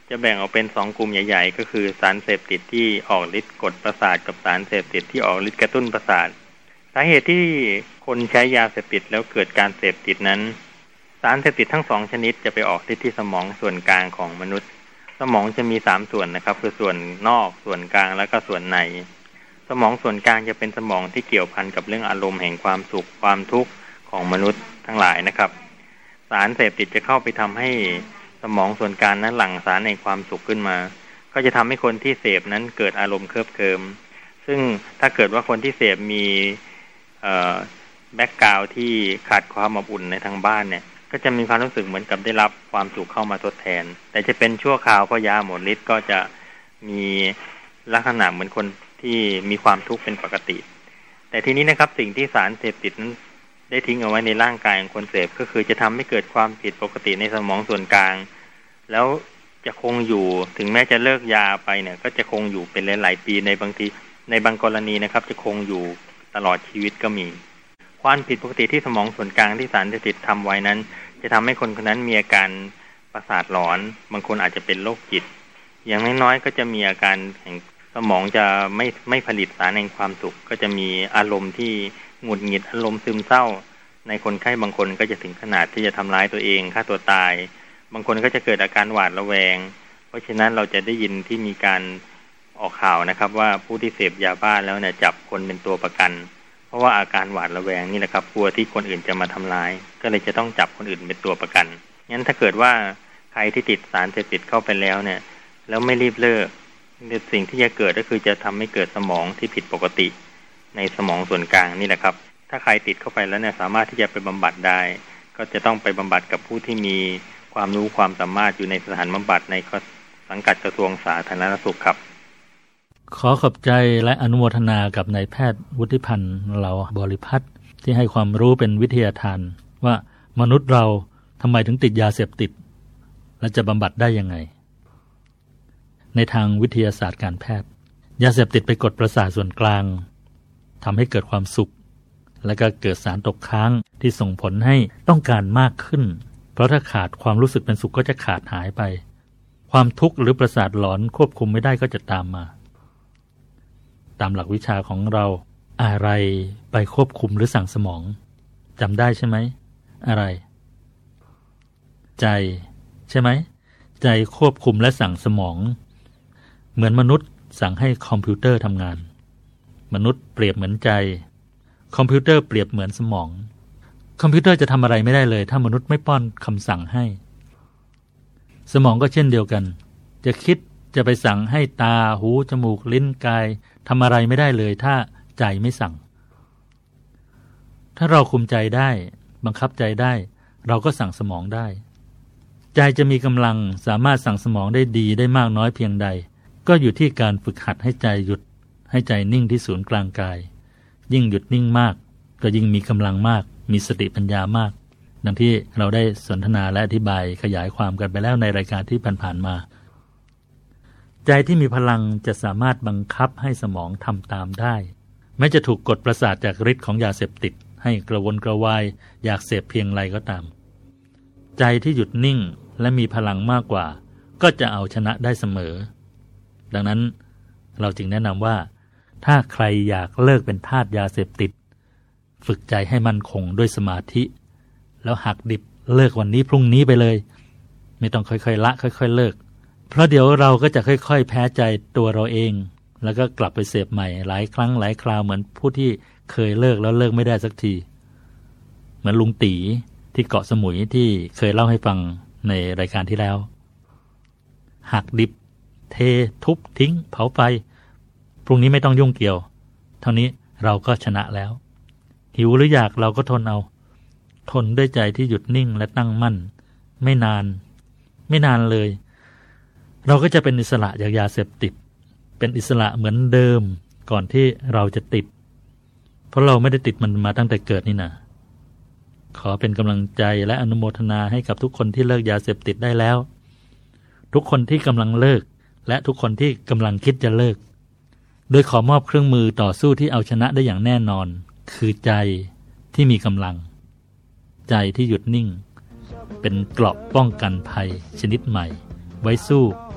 จะแบ่งออกเป็นสองกลุ่มใหญ่ๆก็คือสารเสพติดที่ออกฤทธิ์กดประสาทกับสารเสพติดที่ออกฤทธิ์กระตุ้นประสาทสาเหตุที่คนใช้ยาเสพติดแล้วเกิดการเสพติดนั้นสารเสพติดทั้งสองชนิดจะไปออกฤทธิ์ที่สมองส่วนกลางของมนุษย์สมองจะมีสามส่วนนะครับคือส่วนนอกส่วนกลางและก็ส่วนในสมองส่วนกลางจะเป็นสมองที่เกี่ยวพันกับเรื่องอารมณ์แห่งความสุขความทุกข์ของมนุษย์ทั้งหลายนะครับสารเสพติดจะเข้าไปทำให้สมองส่วนกลางนั้นหลั่งสารในความสุขขึ้นมาก็จะทำให้คนที่เสพนั้นเกิดอารมณ์เคลิบเคลิ้มซึ่งถ้าเกิดว่าคนที่เสพมีแบ็กกราวด์ที่ขาดความอบอุ่นในทางบ้านเนี่ยก็จะมีความรู้สึกเหมือนกับได้รับความสุขเข้ามาทดแทนแต่จะเป็นชั่วคราวเพราะยาหมดฤทธิ์ก็จะมีลักษณะเหมือนคนที่มีความทุกข์เป็นปกติแต่ทีนี้นะครับสิ่งที่สารเสพติดนั้นได้ทิ้งเอาไว้ในร่างกายของคนเสพก็คือจะทำให้เกิดความผิดปกติในสมองส่วนกลางแล้วจะคงอยู่ถึงแม้จะเลิกยาไปเนี่ยก็จะคงอยู่เป็นหลายๆปีในบางทีในบางกรณีนะครับจะคงอยู่ตลอดชีวิตก็มีความผิดปกติที่สมองส่วนกลางที่สารเสพติดทำไว้นั้นจะทำให้คนคนนั้นมีอาการประสาทหลอนบางคนอาจจะเป็นโรคจิตอย่างน้อยๆก็จะมีอาการแห่งสมองจะไม่ไม่ผลิตสารแห่งความสุขก็จะมีอารมณ์ที่หงุดหงิดอารมณ์ซึมเศร้าในคนไข้บางคนก็จะถึงขนาดที่จะทำร้ายตัวเองฆ่าตัวตายบางคนก็จะเกิดอาการหวาดระแวงเพราะฉะนั้นเราจะได้ยินที่มีการออกข่าวนะครับว่าผู้ที่เสพยาบ้าแล้วเนี่ยจับคนเป็นตัวประกันเพราะว่าอาการหวาดระแวงนี่แหละครับกลัวที่คนอื่นจะมาทำร้ายก็เลยจะต้องจับคนอื่นเป็นตัวประกันงั้นถ้าเกิดว่าใครที่ติดสารเสพติดเข้าไปแล้วเนี่ยแล้วไม่รีบเลิกสิ่งที่จะเกิดก็คือจะทำให้เกิดสมองที่ผิดปกติในสมองส่วนกลางนี่แหละครับถ้าใครติดเข้าไปแล้วเนี่ยสามารถที่จะไปบำบัดได้ก็จะต้องไปบำบัดกับผู้ที่มีความรู้ความสามารถอยู่ในสถานบำบัดในสังกัดกระทรวงสาธารณสุขครับขอขอบใจและอนุโมทนากับนายแพทย์วุฒิพันธ์เหลาบริพัตรที่ให้ความรู้เป็นวิทยาทานว่ามนุษย์เราทำไมถึงติดยาเสพติดและจะบำบัดได้ยังไงในทางวิทยาศาสตร์การแพทย์ยาเสพติดไปกดประสาทส่วนกลางทำให้เกิดความสุขและก็เกิดสารตกค้างที่ส่งผลให้ต้องการมากขึ้นเพราะถ้าขาดความรู้สึกเป็นสุขก็จะขาดหายไปความทุกข์หรือประสาทหลอนควบคุมไม่ได้ก็จะตามมาตามหลักวิชาของเราอะไรไปควบคุมหรือสั่งสมองจำได้ใช่ไหมอะไรใจใช่ไหมใจควบคุมและสั่งสมองเหมือนมนุษย์สั่งให้คอมพิวเตอร์ทำงานมนุษย์เปรียบเหมือนใจคอมพิวเตอร์เปรียบเหมือนสมองคอมพิวเตอร์จะทำอะไรไม่ได้เลยถ้ามนุษย์ไม่ป้อนคำสั่งให้สมองก็เช่นเดียวกันจะคิดจะไปสั่งให้ตาหูจมูกลิ้นกายทำอะไรไม่ได้เลยถ้าใจไม่สั่งถ้าเราคุมใจได้บังคับใจได้เราก็สั่งสมองได้ใจจะมีกำลังสามารถสั่งสมองได้ดีได้มากน้อยเพียงใดก็อยู่ที่การฝึกหัดให้ใจหยุดให้ใจนิ่งที่ศูนย์กลางกายยิ่งหยุดนิ่งมากก็ยิ่งมีกำลังมากมีสติปัญญามากดังที่เราได้สนทนาและอธิบายขยายความกันไปแล้วในรายการที่ผ่านๆมาใจที่มีพลังจะสามารถบังคับให้สมองทำตามได้แม้จะถูกกดประสาทจากฤทธิ์ของยาเสพติดให้กระวนกระวายอยากเสพเพียงไรก็ตามใจที่หยุดนิ่งและมีพลังมากกว่าก็จะเอาชนะได้เสมอดังนั้นเราจึงแนะนำว่าถ้าใครอยากเลิกเป็นทาสยาเสพติดฝึกใจให้มั่นคงด้วยสมาธิแล้วหักดิบเลิกวันนี้พรุ่งนี้ไปเลยไม่ต้องค่อยๆละค่อยๆเลิกเพราะเดี๋ยวเราก็จะค่อยๆแพ้ใจตัวเราเองแล้วก็กลับไปเสพใหม่หลายครั้งหลายคราวเหมือนผู้ที่เคยเลิกแล้วเลิกไม่ได้สักทีเหมือนลุงตีที่เกาะสมุยที่เคยเล่าให้ฟังในรายการที่แล้วหักดิบเททุบทิ้งเผาไฟพรุ่งนี้ไม่ต้องยุ่งเกี่ยวเท่านี้เราก็ชนะแล้วหิวหรืออยากเราก็ทนเอาทนด้วยใจที่หยุดนิ่งและตั้งมั่นไม่นานไม่นานเลยเราก็จะเป็นอิสระจากยาเสพติดเป็นอิสระเหมือนเดิมก่อนที่เราจะติดเพราะเราไม่ได้ติดมันมาตั้งแต่เกิดนี่นะขอเป็นกำลังใจและอนุโมทนาให้กับทุกคนที่เลิกยาเสพติดได้แล้วทุกคนที่กำลังเลิกและทุกคนที่กำลังคิดจะเลิกโดยขอมอบเครื่องมือต่อสู้ที่เอาชนะได้อย่างแน่นอนคือใจที่มีกำลังใจที่หยุดนิ่งเป็นเกราะป้องกันภัยชนิดใหม่ไว้สู้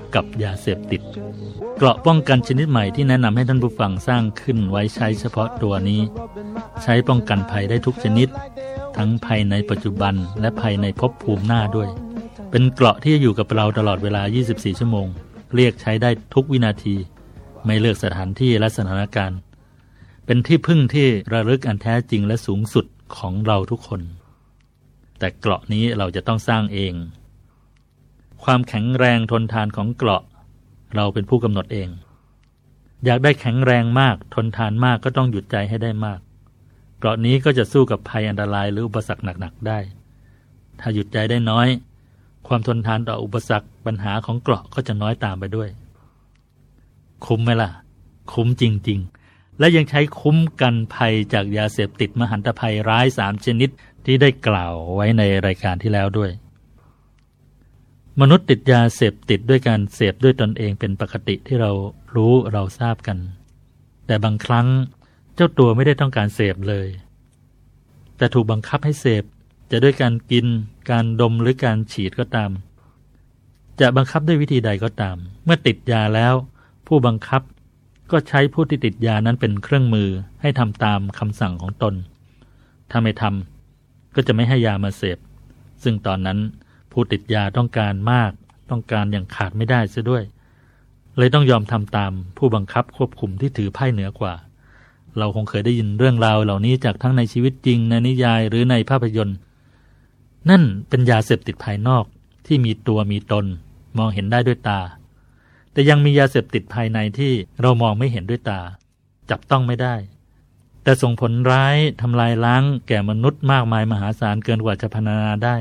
กับยาเสพติดเกราะป้องกันชนิดใหม่ที่แนะนำให้ท่านผู้ฟังสร้างขึ้นไว้ใช้เฉพาะตัวนี้ใช้ป้องกันภัยได้ทุกชนิดทั้งภัยในปัจจุบันและภัยในภพภูมิหน้าด้วยเป็นเกราะที่อยู่กับเราตลอดเวลายี่สิบสี่ชั่วโมงเรียกใช้ได้ทุกวินาทีไม่เลือกสถานที่และสถานการณ์เป็นที่พึ่งที่ระลึกอันแท้จริงและสูงสุดของเราทุกคนแต่เกราะนี้เราจะต้องสร้างเองความแข็งแรงทนทานของเกราะเราเป็นผู้กำหนดเองอยากได้แข็งแรงมากทนทานมากก็ต้องหยุดใจให้ได้มากเกราะนี้ก็จะสู้กับภัยอันตรายหรืออุปสรรคหนักๆได้ถ้าหยุดใจได้น้อยความทนทานต่ออุปสรรคปัญหาของเกราะก็จะน้อยตามไปด้วยคุ้มไหมล่ะคุ้มจริงๆและยังใช้คุ้มกันภัยจากยาเสพติดมหันตภัยร้ายสามชนิดที่ได้กล่าวไว้ในรายการที่แล้วด้วยมนุษย์ติดยาเสพติดด้วยการเสพด้วยตนเองเป็นปกติที่เรารู้เราทราบกันแต่บางครั้งเจ้าตัวไม่ได้ต้องการเสพเลยแต่ถูกบังคับให้เสพจะด้วยการกินการดมหรือการฉีดก็ตามจะบังคับด้วยวิธีใดก็ตามเมื่อติดยาแล้วผู้บังคับก็ใช้ผู้ที่ติดยานั้นเป็นเครื่องมือให้ทำตามคำสั่งของตนถ้าไม่ทำก็จะไม่ให้ยามาเสพซึ่งตอนนั้นผู้ติดยาต้องการมากต้องการอย่างขาดไม่ได้เสียด้วยเลยต้องยอมทำตามผู้บังคับควบคุมที่ถือไพ่เหนือกว่าเราคงเคยได้ยินเรื่องราวเหล่านี้จากทั้งในชีวิตจริงในนิยายหรือในภาพยนตร์นั่นเป็นยาเสพติดภายนอกที่มีตัวมีตนมองเห็นได้ด้วยตาแต่ยังมียาเสพติดภายในที่เรามองไม่เห็นด้วยตาจับต้องไม่ได้แต่ส่งผลร้ายทำลายล้างแก่มนุษย์มากมายมหาศาลเกินกว่าจะพรรณนาได้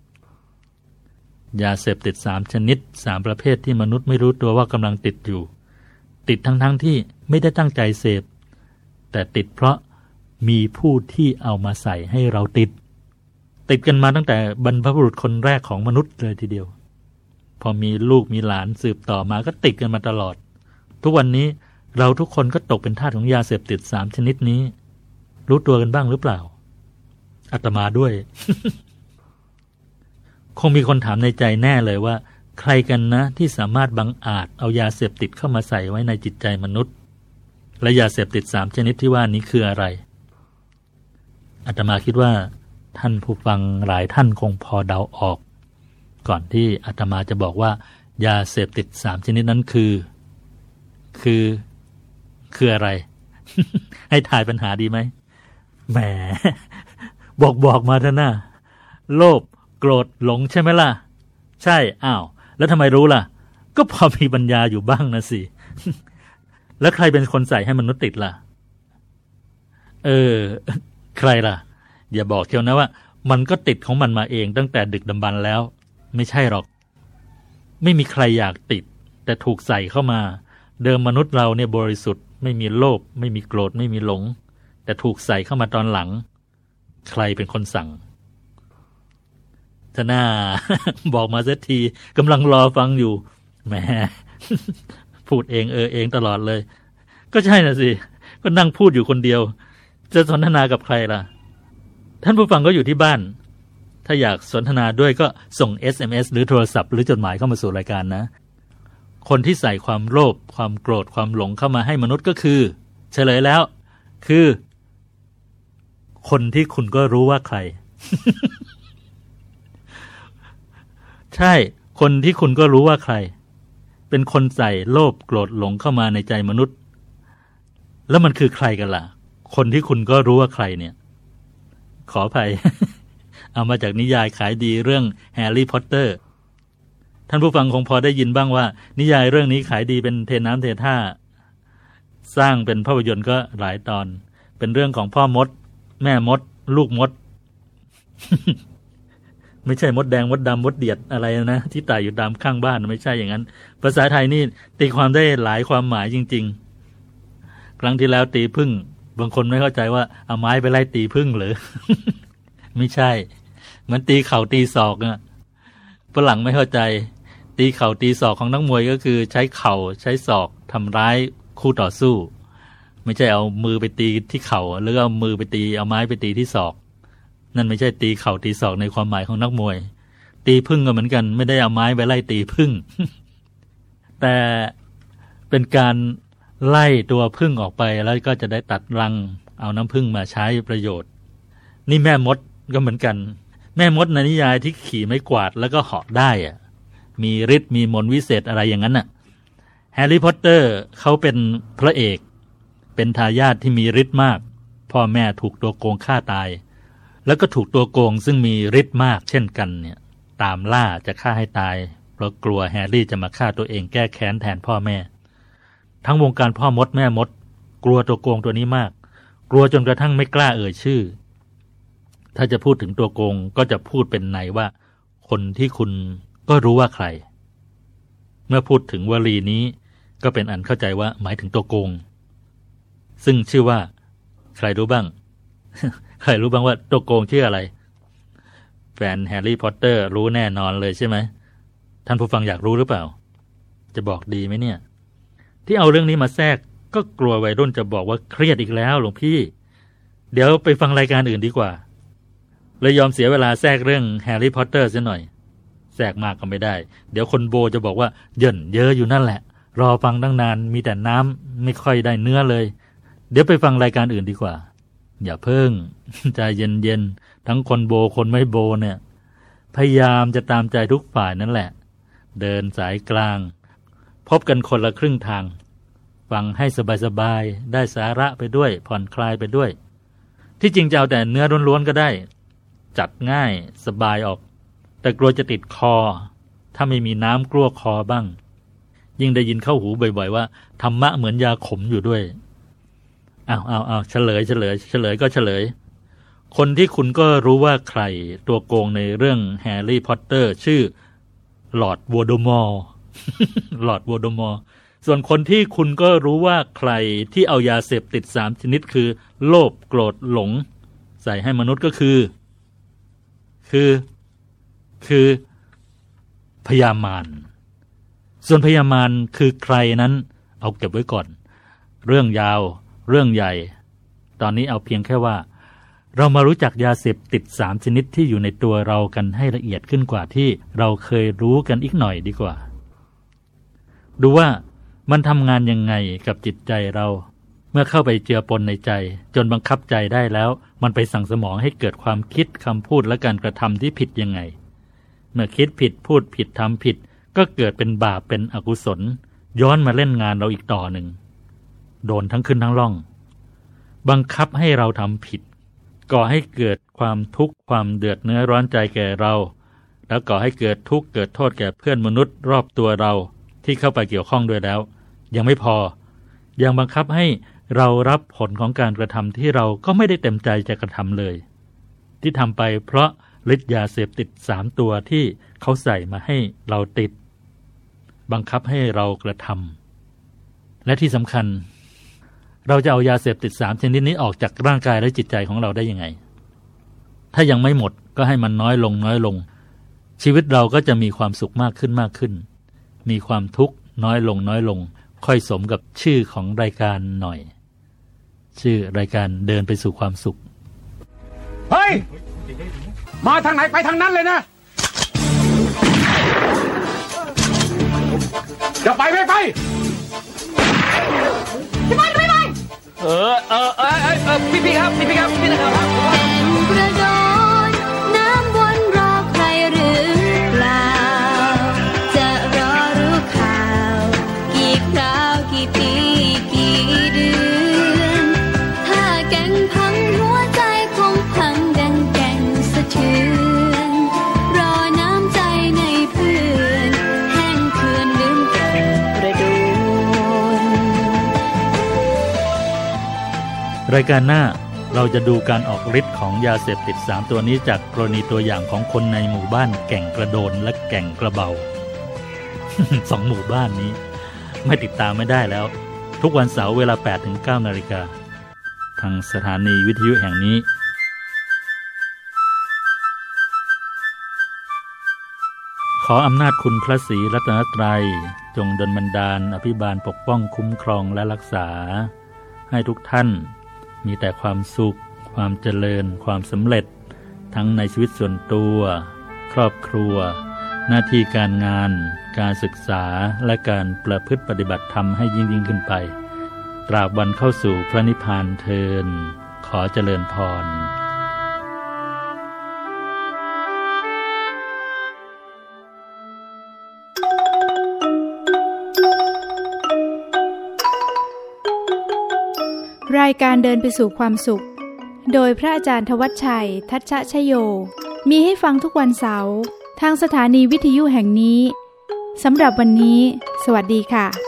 ยาเสพติดสามชนิดสามประเภทที่มนุษย์ไม่รู้ตัวว่ากำลังติดอยู่ติดทั้งๆ ท, ที่ไม่ได้ตั้งใจเสพแต่ติดเพราะมีผู้ที่เอามาใส่ให้เราติดติดกันมาตั้งแต่บรรพบุรุษคนแรกของมนุษย์เลยทีเดียวพอมีลูกมีหลานสืบต่อมาก็ติดกันมาตลอดทุกวันนี้เราทุกคนก็ตกเป็นทาสของยาเสพติดสามชนิดนี้รู้ตัวกันบ้างหรือเปล่าอาตมาด้วย คงมีคนถามในใจแน่เลยว่าใครกันนะที่สามารถบังอาจเอายาเสพติดเข้ามาใส่ไว้ในจิตใจมนุษย์และยาเสพติดสามชนิดที่ว่านี้คืออะไรอาตมาคิดว่าท่านผู้ฟังหลายท่านคงพอเดาออกก่อนที่อาตมาจะบอกว่ายาเสพติดสามชนิดนั้นคือคือคืออะไร ให้ทายปัญหาดีไหมแหม บอกบอกมาเถอะนะโลภโกรธหลงใช่ไหมล่ะใช่อ้าวแล้วทำไมรู้ล่ะก็พอมีปัญญาอยู่บ้างนะสิ แล้วใครเป็นคนใส่ให้มนุษย์ติดล่ะเออใครล่ะอย่าบอกเชียวนะว่ามันก็ติดของมันมาเองตั้งแต่ดึกดำบรรพ์แล้วไม่ใช่หรอกไม่มีใครอยากติดแต่ถูกใส่เข้ามาเดิมมนุษย์เราเนี่ยบริสุทธิ์ไม่มีโลภไม่มีโกรธไม่มีหลงแต่ถูกใส่เข้ามาตอนหลังใครเป็นคนสั่งท่าน่า บอกมาเสียทีกำลังรอฟังอยู่แหม พูดเองเออเองตลอดเลยก็ใช่น่ะสิก็นั่งพูดอยู่คนเดียวจะสนทนากับใครล่ะท่านผู้ฟังก็อยู่ที่บ้านถ้าอยากสนทนาด้วยก็ส่ง เอส เอ็ม เอส หรือโทรศัพท์หรือจดหมายเข้ามาสู่รายการนะคนที่ใส่ความโลภความโกรธความหลงเข้ามาให้มนุษย์ก็คือเฉลยแล้วคือคนที่คุณก็รู้ว่าใคร ใช่คนที่คุณก็รู้ว่าใครเป็นคนใส่โลภโกรธหลงเข้ามาในใจมนุษย์แล้วมันคือใครกันล่ะคนที่คุณก็รู้ว่าใครเนี่ยขออภัย เอามาจากนิยายขายดีเรื่องแฮร์รี่พอตเตอร์ท่านผู้ฟังคงพอได้ยินบ้างว่านิยายเรื่องนี้ขายดีเป็นเทน้ำเทท่าสร้างเป็นภาพยนตร์ก็หลายตอนเป็นเรื่องของพ่อมดแม่มดลูกมด ไม่ใช่มดแดงมดดำมดเดียดอะไรนะที่ตายอยู่ตามข้างบ้านไม่ใช่อย่างนั้นภาษาไทยนี่ตีความได้หลายความหมายจริงๆครั้งที่แล้วตีพึ่งบางคนไม่เข้าใจว่าเอาไม้ไปไล่ตีพึ่งหรือ ไม่ใช่มันตีเข่าตีศอกอ่ะฝรั่งไม่เข้าใจตีเข่าตีศอกของนักมวยก็คือใช้เข่าใช้ศอกทำร้ายคู่ต่อสู้ไม่ใช่เอามือไปตีที่เข่าหรือเอามือไปตีเอาไม้ไปตีที่ศอกนั่นไม่ใช่ตีเข่าตีศอกในความหมายของนักมวยตีพึ่งก็เหมือนกันไม่ได้เอาไม้ไปไล่ตีพึ่งแต่เป็นการไล่ตัวผึ้งออกไปแล้วก็จะได้ตัดรังเอาน้ำผึ้งมาใช้ประโยชน์นี่แม่มดก็เหมือนกันแม่มดในนิยายที่ขี่ไม้กวาดแล้วก็เหาะได้อะมีฤทธิ์มีมนต์วิเศษอะไรอย่างนั้นน่ะแฮร์รี่พอตเตอร์เขาเป็นพระเอกเป็นทายาทที่มีฤทธิ์มากพ่อแม่ถูกตัวโกงฆ่าตายแล้วก็ถูกตัวโกงซึ่งมีฤทธิ์มากเช่นกันเนี่ยตามล่าจะฆ่าให้ตายเพราะกลัวแฮร์รี่จะมาฆ่าตัวเองแก้แค้นแทนพ่อแม่ทั้งวงการพ่อมดแม่มดกลัวตัวโกงตัวนี้มากกลัวจนกระทั่งไม่กล้าเอ่ยชื่อถ้าจะพูดถึงตัวโกงก็จะพูดเป็นในว่าคนที่คุณก็รู้ว่าใครเมื่อพูดถึงวลีนี้ก็เป็นอันเข้าใจว่าหมายถึงตัวโกงซึ่งชื่อว่าใครรู้บ้าง ใครรู้บ้างว่าตัวโกงชื่ออะไรแฟนแฮร์รี่พอตเตอร์รู้แน่นอนเลยใช่ไหมท่านผู้ฟังอยากรู้หรือเปล่าจะบอกดีไหมเนี่ยที่เอาเรื่องนี้มาแทรกก็กลัววัยรุ่นจะบอกว่าเครียดอีกแล้วหลวงพี่เดี๋ยวไปฟังรายการอื่นดีกว่าเลยยอมเสียเวลาแทรกเรื่องแฮร์รี่พอตเตอร์ซะหน่อยแทรกมากก็ไม่ได้เดี๋ยวคนโบจะบอกว่าเยินเยอะอยู่นั่นแหละรอฟังตั้งนานมีแต่น้ำไม่ค่อยได้เนื้อเลยเดี๋ยวไปฟังรายการอื่นดีกว่าอย่าเพิ่งใจเย็นๆทั้งคนโบคนไม่โบเนี่ยพยายามจะตามใจทุกฝ่ายนั่นแหละเดินสายกลางพบกันคนละครึ่งทางฟังให้สบายๆได้สาระไปด้วยผ่อนคลายไปด้วยที่จริงจะเอาแต่เนื้อล้วนๆก็ได้จัดง่ายสบายออกแต่กลัวจะติดคอถ้าไม่มีน้ำกลัวคอบ้างยิ่งได้ยินเข้าหูบ่อยๆว่าธรรมะเหมือนยาขมอยู่ด้วยเอาเอาเอาเฉลยเฉลยเฉลยก็เฉลยคนที่คุณก็รู้ว่าใครตัวโกงในเรื่องแฮร์รี่พอตเตอร์ชื่อลอร์ดโวลเดอมอร์ ลอร์ดโวลเดอมอร์ส่วนคนที่คุณก็รู้ว่าใครที่เอายาเสพติดสามชนิดคือโลภโกรธหลงใส่ให้มนุษย์ก็คือคือคือพญามารส่วนพญามารคือใครนั้นเอาเก็บไว้ก่อนเรื่องยาวเรื่องใหญ่ตอนนี้เอาเพียงแค่ว่าเรามารู้จักยาเสพติดสามชนิดที่อยู่ในตัวเรากันให้ละเอียดขึ้นกว่าที่เราเคยรู้กันอีกหน่อยดีกว่าดูว่ามันทำงานยังไงกับจิตใจเราเมื่อเข้าไปเจือปนในใจจนบังคับใจได้แล้วมันไปสั่งสมองให้เกิดความคิดคำพูดและการกระทำที่ผิดยังไงเมื่อคิดผิดพูดผิดทำผิดก็เกิดเป็นบาปเป็นอกุศลย้อนมาเล่นงานเราอีกต่อหนึ่งโดนทั้งขึ้นทั้งล่องบังคับให้เราทำผิดก่อให้เกิดความทุกข์ความเดือดเนื้อร้อนใจแก่เราแล้วก่อให้เกิดทุกข์เกิดโทษแก่เพื่อนมนุษย์รอบตัวเราที่เข้าไปเกี่ยวข้องด้วยแล้วยังไม่พอยังบังคับให้เรารับผลของการกระทำที่เราก็ไม่ได้เต็มใจจะกระทำเลยที่ทำไปเพราะฤทธิ์ยาเสพติดสามตัวที่เขาใส่มาให้เราติดบังคับให้เรากระทำและที่สำคัญเราจะเอายาเสพติดสามชนิดนี้ออกจากร่างกายและจิตใจของเราได้ยังไงถ้ายังไม่หมดก็ให้มันน้อยลงน้อยลงชีวิตเราก็จะมีความสุขมากขึ้นมากขึ้นมีความทุกข์น้อยลงน้อยลงค่อยสมกับชื่อของรายการหน่อยชื่อรายการเดินไปสู่ความสุขเฮ้ยมาทางไหนไปทางนั้นเลยนะจะไปไม่ไปจะไปไม่ไปเออเออเออเออพี่พี่ครับพี่พี่ครับพี่นะครับกระโดดน้ำวนรอใครหรือเปล่าจะรอรู้ข่าวกี่คราวกี่ปีกี่เดือนถ้าแก่งพังหัวใจคงพังดังแก่งสะเทือนรอน้ำใจในเพื่อนแห้งเขื่อนลืมเกิดกระโดดรายการหน้าเราจะดูการออกฤทธิ์ของยาเสพติดสามตัวนี้จากกรณีตัวอย่างของคนในหมู่บ้านแก่งกระโดนและแก่งกระเบา สองหมู่บ้านนี้ไม่ติดตามไม่ได้แล้วทุกวันเสาร์เวลา แปดถึงเก้า นาฬิกาทางสถานีวิทยุแห่งนี้ขออำนาจคุณพระศรีรัตนตรัยจงดลบันดาลอภิบาลปกป้องคุ้มครองและรักษาให้ทุกท่านมีแต่ความสุขความเจริญความสำเร็จทั้งในชีวิตส่วนตัวครอบครัวหน้าที่การงานการศึกษาและการประพฤติปฏิบัติธรรมให้ยิ่งยิ่งขึ้นไปตราบวันเข้าสู่พระนิพพานเทินขอเจริญพรรายการเดินไปสู่ความสุขโดยพระอาจารย์ธวัชชัยทัชชะชโยมีให้ฟังทุกวันเสาร์ทางสถานีวิทยุแห่งนี้สำหรับวันนี้สวัสดีค่ะ